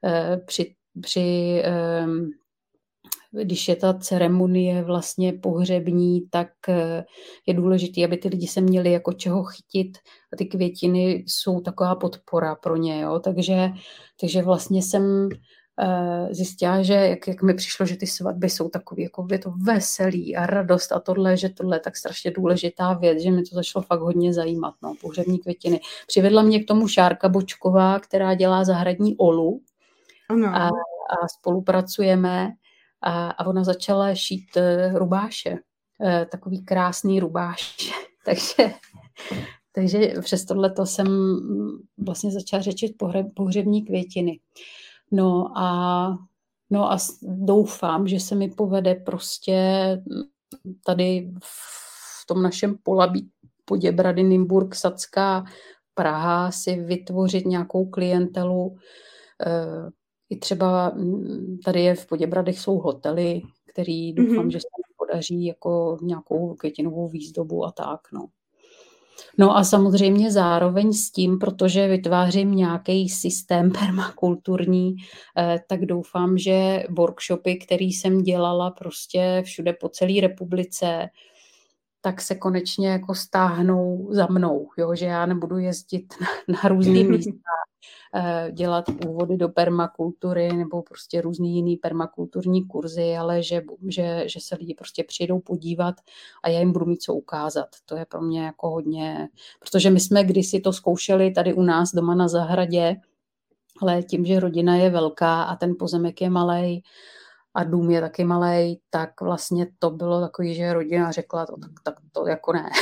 když je ta ceremonie vlastně pohřební, tak je důležité, aby ty lidi se měli jako čeho chytit a ty květiny jsou taková podpora pro ně, jo? Takže vlastně jsem zjistila, že jak mi přišlo, že ty svatby jsou takový, jako je to veselý a radost a tohle, že tohle je tak strašně důležitá věc, že mi to začalo fakt hodně zajímat, no, pohřební květiny. Přivedla mě k tomu Šárka Bočková, která dělá zahradní olu a spolupracujeme a ona začala šít rubáše, takový krásný rubáš, takže přes tohleto jsem vlastně začala řečit pohřební květiny. No a doufám, že se mi povede prostě tady v tom našem Polabí, Poděbrady, Nymburk, Sacká, Praha si vytvořit nějakou klientelu. I třeba tady je v Poděbradech jsou hotely, který doufám, že se mi podaří jako nějakou květinovou výzdobu a tak, no. No a samozřejmě zároveň s tím, protože vytvářím nějaký systém permakulturní, tak doufám, že workshopy, které jsem dělala prostě všude po celé republice, tak se konečně jako stáhnou za mnou, jo? Že já nebudu jezdit na různý místa, dělat úvody do permakultury nebo prostě různý jiný permakulturní kurzy, ale že se lidi prostě přijdou podívat a já jim budu mít co ukázat. To je pro mě jako hodně, protože my jsme kdysi to zkoušeli tady u nás doma na zahradě, ale tím, že rodina je velká a ten pozemek je malej a dům je taky malej, tak vlastně to bylo takový, že rodina řekla, tak to jako ne.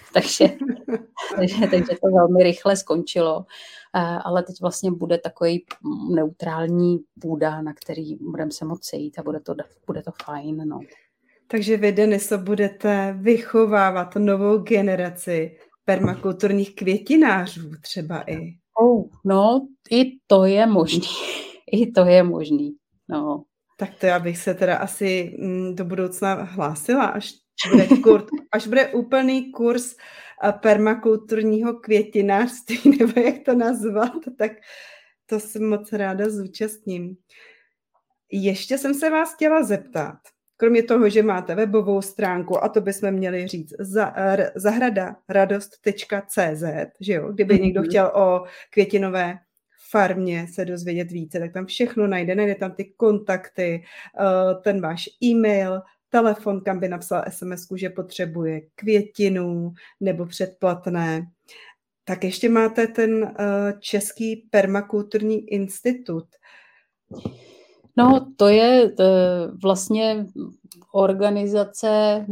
takže to velmi rychle skončilo. Ale teď vlastně bude takový neutrální půda, na který budeme se moct sejít a bude to fajn. No. Takže vy, Deniso, budete vychovávat novou generaci permakulturních květinářů třeba i. No, i to je možný. I to je možný, no. Tak to já bych se teda asi do budoucna hlásila, až bude úplný kurz permakulturního květinářství, nebo jak to nazvat, tak to se moc ráda zúčastním. Ještě jsem se vás chtěla zeptat, kromě toho, že máte webovou stránku, a to bychom měli říct, zahradaradost.cz, že jo? Kdyby někdo chtěl o květinové farmě se dozvědět více, tak tam všechno najde tam ty kontakty, ten váš e-mail, telefon, kam by napsal SMS-ku, že potřebuje květinu nebo předplatné. Tak ještě máte ten Český permakulturní institut. No, to je vlastně organizace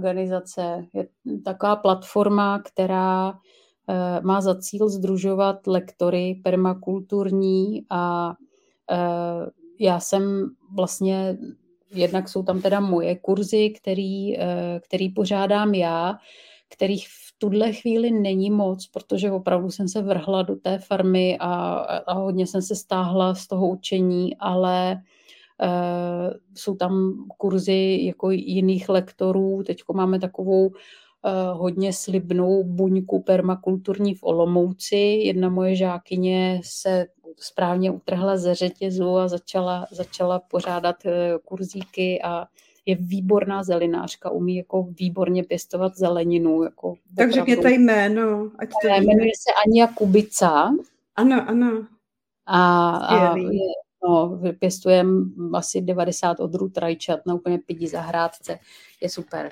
je taková platforma, která má za cíl sdružovat lektory permakulturní a já jsem vlastně, jednak jsou tam teda moje kurzy, který pořádám já, kterých v tuhle chvíli není moc, protože opravdu jsem se vrhla do té farmy a hodně jsem se stáhla z toho učení, ale jsou tam kurzy jako jiných lektorů. Teďko máme takovou hodně slibnou buňku permakulturní v Olomouci. Jedna moje žákyně se správně utrhla ze řetězu a začala pořádat kurzíky a je výborná zelinářka, umí jako výborně pěstovat zeleninu. Jako tak řekněte jméno. Jmenuje se Anja Kubica. Ano. A pěstujeme asi 90 odrůd rajčat na úplně 5 zahrádce. Je super.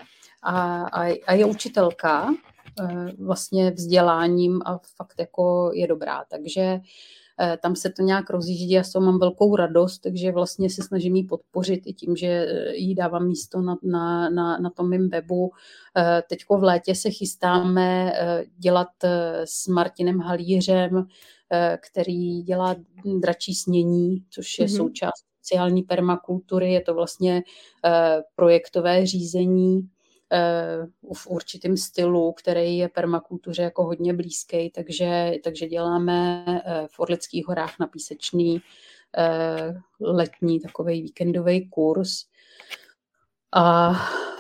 A je učitelka vlastně vzděláním a fakt jako je dobrá. Takže tam se to nějak rozjíždí a s toho mám velkou radost, takže vlastně se snažím jí podpořit i tím, že jí dávám místo na tom mým webu. Teďko v létě se chystáme dělat s Martinem Halířem, který dělá dračí snění, což je součást sociální permakultury. Je to vlastně projektové řízení v určitém stylu, který je permakultuře jako hodně blízký, takže děláme v Orlických horách na Písečný letní takovej víkendový kurz. A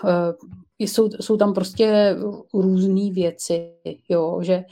jsou tam prostě různé věci, jo, že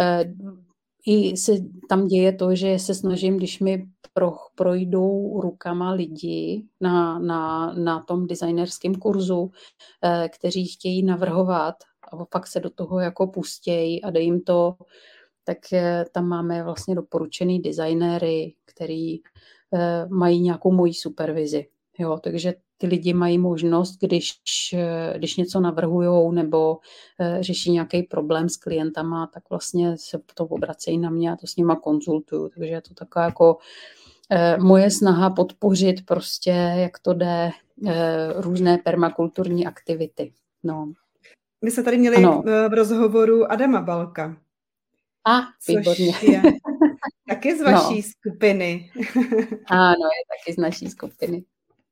i se tam děje to, že se snažím, když mi projdou rukama lidi na tom designerském kurzu, kteří chtějí navrhovat a fakt se do toho jako pustějí a dej jim to, tak tam máme vlastně doporučený designéry, který mají nějakou moji supervizi. Jo, takže ty lidi mají možnost, když něco navrhujou nebo řeší nějaký problém s klientama, tak vlastně se to obracejí na mě a to s nima konzultuju. Takže je to taková jako moje snaha podpořit prostě, jak to jde, různé permakulturní aktivity. No. My jsme tady měli v rozhovoru Adama Balka. Výborně. Je taky z vaší skupiny. Ano, je taky z naší skupiny.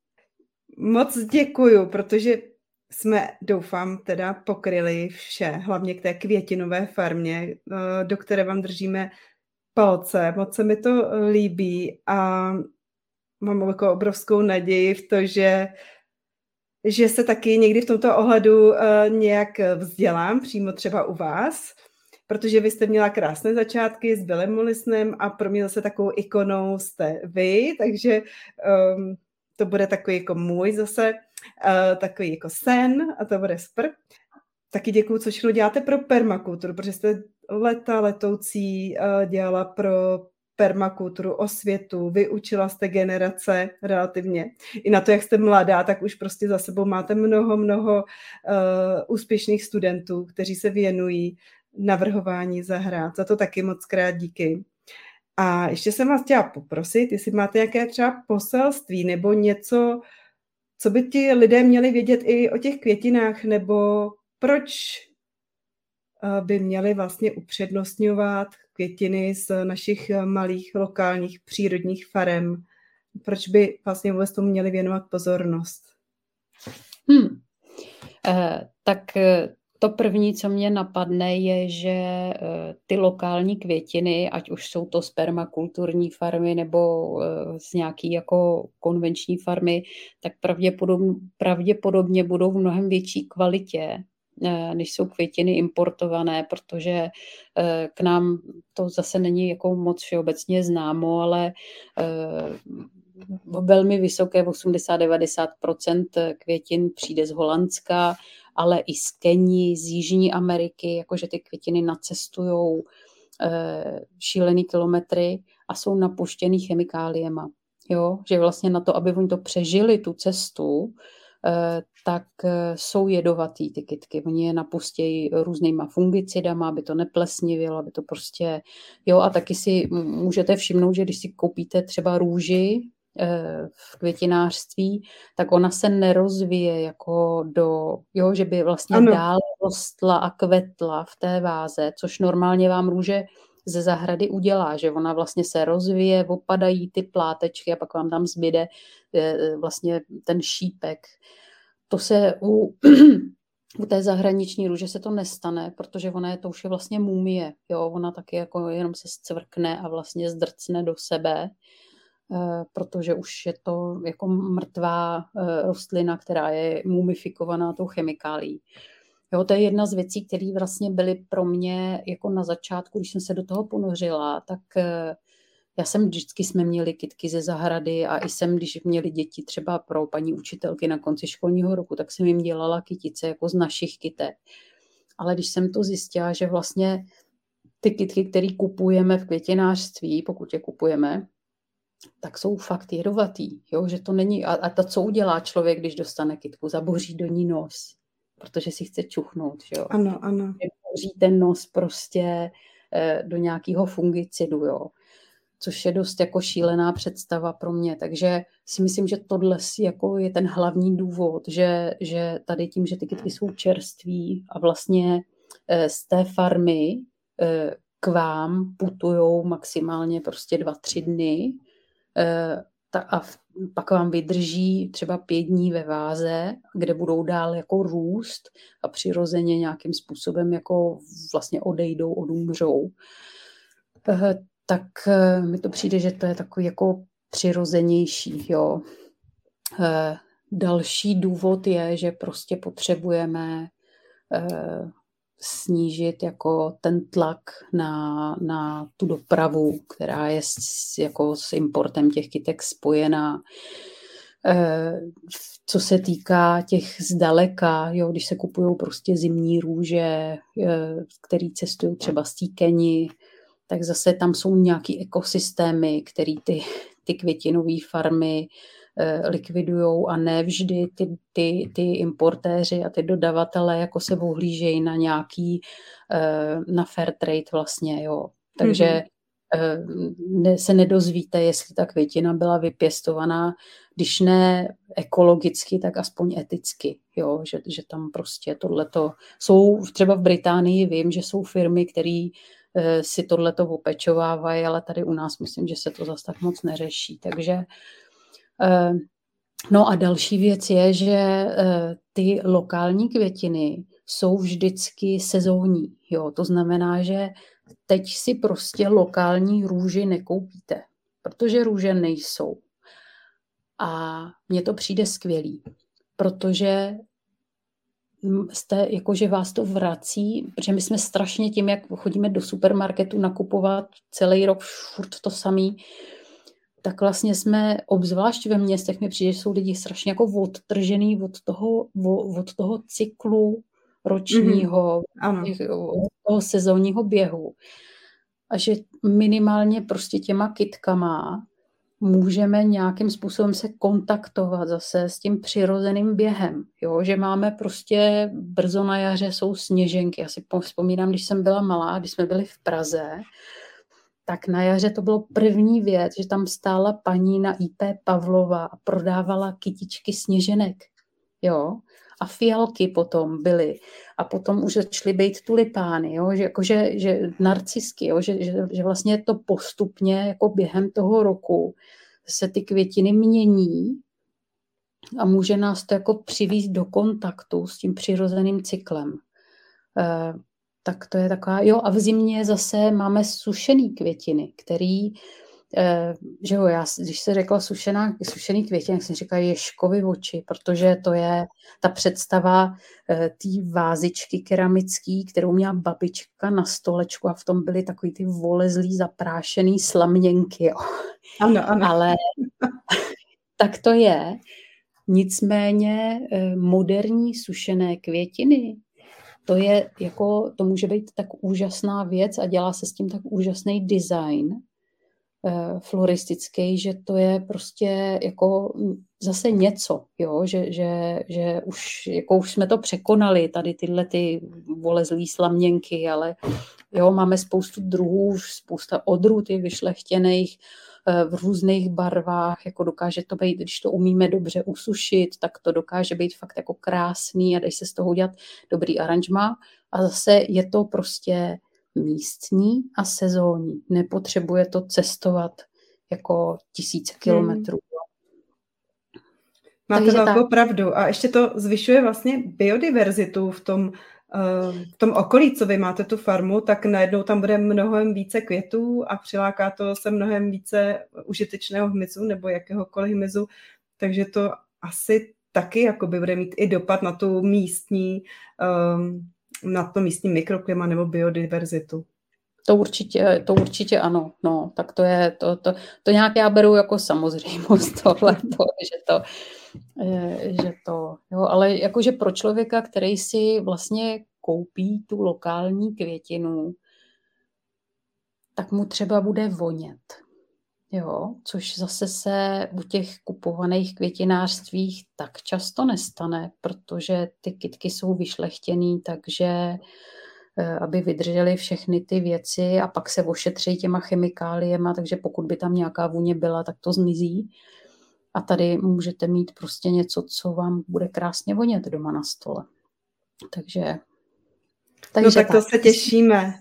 Moc děkuju, protože jsme, doufám, teda pokryli vše, hlavně k té květinové farmě, do které vám držíme palce. Moc se mi to líbí a mám jako obrovskou naději v to, že se taky někdy v tomto ohledu nějak vzdělám, přímo třeba u vás, protože vy jste měla krásné začátky s Billem Mollison a pro mě zase takovou ikonou jste vy, takže to bude takový jako můj zase, takový jako sen a to bude super. Taky děkuju, co všechno děláte pro permakulturu, protože jste letoucí dělala pro permakulturu, osvětu, vyučila jste generace relativně. I na to, jak jste mladá, tak už prostě za sebou máte mnoho úspěšných studentů, kteří se věnují navrhování zahrad. Za to taky moc krát díky. A ještě jsem vás chtěla poprosit, jestli máte nějaké třeba poselství nebo něco, co by ti lidé měli vědět i o těch květinách, nebo proč by měli vlastně upřednostňovat květiny z našich malých lokálních přírodních farem. Proč by vlastně vůbec tomu měli věnovat pozornost? Tak to první, co mě napadne, je, že ty lokální květiny, ať už jsou to z permakulturní farmy nebo z nějaký jako konvenční farmy, tak pravděpodobně budou v mnohem větší kvalitě, než jsou květiny importované, protože k nám to zase není jako moc všeobecně známo, ale velmi vysoké 80-90% květin přijde z Holandska, ale i z Keni, z Jižní Ameriky, jakože ty květiny nacestujou šílený kilometry a jsou napuštěný chemikáliema. Jo? Že vlastně na to, aby oni to přežili, tu cestu, tak jsou jedovatý ty kytky. Oni je napustějí různýma fungicidama, aby to neplesnivilo, aby to prostě... Jo, a taky si můžete všimnout, že když si koupíte třeba růži v květinářství, tak ona se nerozvíje jako že by vlastně dál rostla a kvetla v té váze, což normálně vám růže ze zahrady udělá, že ona vlastně se rozvíje, opadají ty plátečky a pak vám tam zbyde vlastně ten šípek. To se u té zahraniční růže se to nestane, protože to už je vlastně mumie. Jo? Ona taky jako jenom se scvrkne a vlastně zdrcne do sebe, protože už je to jako mrtvá rostlina, která je mumifikovaná tou chemikálií. Jo, to je jedna z věcí, které vlastně byly pro mě jako na začátku, když jsem se do toho ponořila, tak vždycky jsme měli kytky ze zahrady a i když měli děti třeba pro paní učitelky na konci školního roku, tak jsem jim dělala kytice jako z našich kytek. Ale když jsem to zjistila, že vlastně ty kytky, které kupujeme v květinářství, pokud je kupujeme, tak jsou fakt jedovatý. Jo? Že to není, a to, co udělá člověk, když dostane kytku, zaboří do ní nos, protože si chce čuchnout. Jo? Ano. Zaboří ten nos prostě do nějakého fungicidu, jo? Což je dost jako šílená představa pro mě. Takže si myslím, že tohle jako je ten hlavní důvod, že tady tím, že ty kytky jsou čerství a vlastně z té farmy k vám putujou maximálně prostě 2-3 dny a pak vám vydrží třeba 5 dní ve váze, kde budou dál jako růst a přirozeně nějakým způsobem jako vlastně odejdou, odumřou. Tak mi to přijde, že to je takový jako přirozenější. Jo. Další důvod je, že prostě potřebujeme snížit jako ten tlak na tu dopravu, která je jako s importem těch kytek spojená. Co se týká těch zdaleka, jo, když se kupují prostě zimní růže, který cestují třeba z té Keni, tak zase tam jsou nějaký ekosystémy, který ty květinové farmy likvidujou a ne vždy ty importéři a ty dodavatelé jako se ohlížejí na nějaký na fair trade vlastně, jo. Takže se nedozvíte, jestli ta květina byla vypěstovaná, když ne ekologicky, tak aspoň eticky, jo, že tam prostě tohleto jsou, třeba v Británii vím, že jsou firmy, které si tohleto opečovávají, ale tady u nás myslím, že se to zase tak moc neřeší. Takže no a další věc je, že ty lokální květiny jsou vždycky sezónní. Jo? To znamená, že teď si prostě lokální růži nekoupíte, protože růže nejsou. A mně to přijde skvělý, protože jakože vás to vrací, protože my jsme strašně tím, jak chodíme do supermarketu nakupovat celý rok furt to samý, tak vlastně jsme, obzvlášť ve městech, mi přijde, že jsou lidi strašně jako odtržený od toho cyklu ročního, od toho sezónního běhu. A že minimálně prostě těma kytkama můžeme nějakým způsobem se kontaktovat zase s tím přirozeným během. Jo? Že máme prostě brzo na jaře jsou sněženky. Já si vzpomínám, když jsem byla malá, když jsme byli v Praze, tak na jaře to bylo první věc, že tam stála paní na IP Pavlova a prodávala kytičky sněženek. Jo? A fialky potom byly. A potom už začaly být tulipány, jo? Že narcisky, jo? Že vlastně to postupně jako během toho roku se ty květiny mění a může nás to jako přivést do kontaktu s tím přirozeným cyklem. Tak to je taková, jo, a v zimě zase máme sušený květiny, který, že jo, když se řekla sušený květin, jak jsem říkala ježkovy oči, protože to je ta představa té vázičky keramický, kterou měla babička na stolečku a v tom byly takový ty volezlý zaprášený slaměnky, jo. Ano. Ale tak to je. Nicméně moderní sušené květiny, to může být tak úžasná věc a dělá se s tím tak úžasný design floristický, že to je prostě jako zase něco, jo? Že už jsme to překonali, tady tyhle ty volezlý slaměnky, ale jo, máme spoustu druhů, spousta odrůd vyšlechtěných v různých barvách, jako dokáže to být, když to umíme dobře usušit, tak to dokáže být fakt jako krásný a dají se z toho udělat dobrý aranžmá. A zase je to prostě místní a sezónní. Nepotřebuje to cestovat jako 1000 kilometrů. Máte velkou pravdu. A ještě to zvyšuje vlastně biodiverzitu v tom okolí, co vy máte tu farmu, tak najednou tam bude mnohem více květů a přiláká to se mnohem více užitečného hmyzu nebo jakéhokoliv hmyzu. Takže to asi taky jakoby bude mít i dopad na tu místní mikroklima nebo biodiverzitu. To určitě ano. No, tak to je, to nějak já beru jako samozřejmost tohleto, že to, jo, ale jakože pro člověka, který si vlastně koupí tu lokální květinu, tak mu třeba bude vonět, jo, což zase se u těch kupovaných květinářstvích tak často nestane, protože ty kytky jsou vyšlechtěný, takže aby vydržely všechny ty věci a pak se ošetří těma chemikáliema, takže pokud by tam nějaká vůně byla, tak to zmizí. A tady můžete mít prostě něco, co vám bude krásně vonět doma na stole. Takže no tak to se těšíme.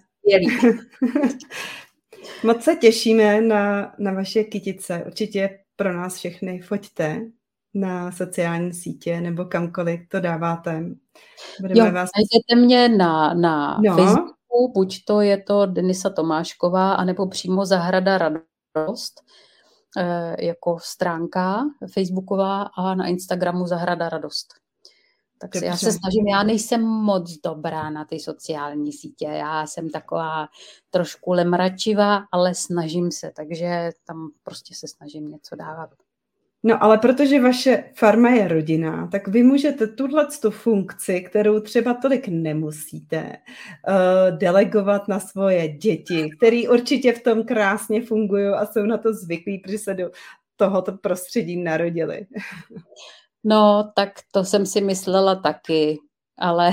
Moc se těšíme na vaše kytice. Určitě pro nás všechny foťte na sociální sítě nebo kamkoliv to dáváte. Najdete mě na Facebooku, buď to je to Denisa Tomášková, anebo přímo Zahrada Radost, jako stránka facebooková a na Instagramu Zahrada Radost. Tak já se snažím, já nejsem moc dobrá na ty sociální sítě, já jsem taková trošku lemračivá, ale snažím se, takže tam prostě se snažím něco dávat. No ale protože vaše farma je rodinná, tak vy můžete tu funkci, kterou třeba tolik nemusíte, delegovat na svoje děti, které určitě v tom krásně fungují a jsou na to zvyklí, protože se do tohoto prostředí narodili. No, tak to jsem si myslela taky, ale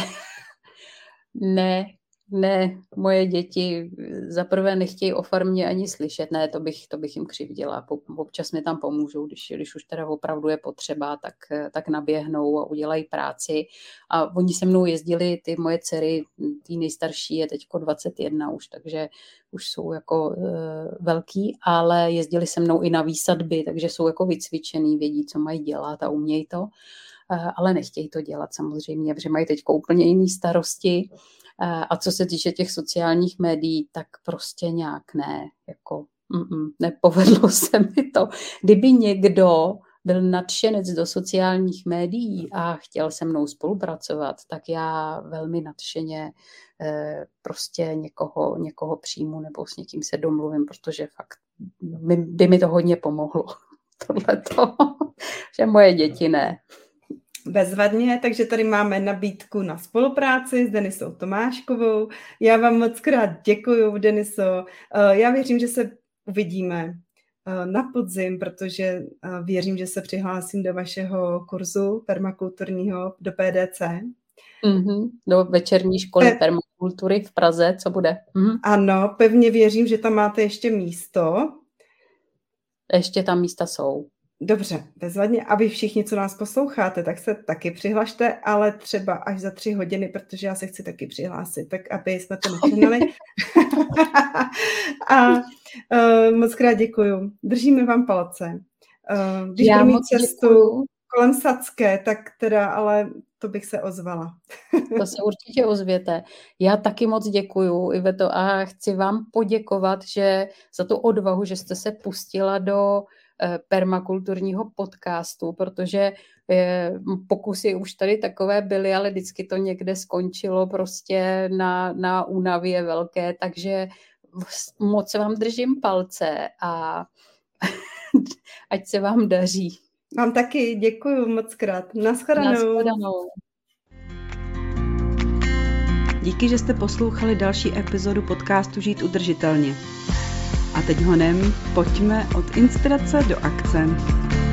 ne, moje děti zaprvé nechtějí o farmě ani slyšet, ne, to bych jim křivdila. Občas mi tam pomůžou, když už teda opravdu je potřeba, tak naběhnou a udělají práci. A oni se mnou jezdili, ty moje dcery, tý nejstarší je teďko 21 už, takže už jsou jako velký, ale jezdili se mnou i na výsadby, takže jsou jako vycvičený, vědí, co mají dělat a umějí to. Ale nechtějí to dělat samozřejmě, protože mají teďko úplně jiný starosti. A co se týče těch sociálních médií, tak prostě nějak ne, jako nepovedlo se mi to. Kdyby někdo byl nadšenec do sociálních médií a chtěl se mnou spolupracovat, tak já velmi nadšeně prostě někoho přijmu nebo s někým se domluvím, protože fakt by mi to hodně pomohlo. Tohleto, že moje děti ne. Bezvadně, takže tady máme nabídku na spolupráci s Denisou Tomáškovou. Já vám moc krát děkuju, Deniso. Já věřím, že se uvidíme na podzim, protože věřím, že se přihlásím do vašeho kurzu permakulturního do PDC. Do večerní školy permakultury v Praze, co bude? Ano, pevně věřím, že tam máte ještě místo. Ještě tam místa jsou. Dobře, bezvadně. A vy všichni, co nás posloucháte, tak se taky přihlašte, ale třeba až za 3 hodiny, protože já se chci taky přihlásit, tak aby jsme to nepřehnali. A moc krát děkuju. Držíme vám palce. Když budu mít cestu kolem Sadské, tak teda, ale to bych se ozvala. To se určitě ozvěte. Já taky moc děkuju, Iveto, a chci vám poděkovat, že za tu odvahu, že jste se pustila do permakulturního podcastu, protože pokusy už tady takové byly, ale vždycky to někde skončilo prostě na únavě velké, takže moc vám držím palce a ať se vám daří. Vám taky děkuju moc krát. Naschledanou. Díky, že jste poslouchali další epizodu podcastu Žít udržitelně. A teď honem pojďme od inspirace do akce.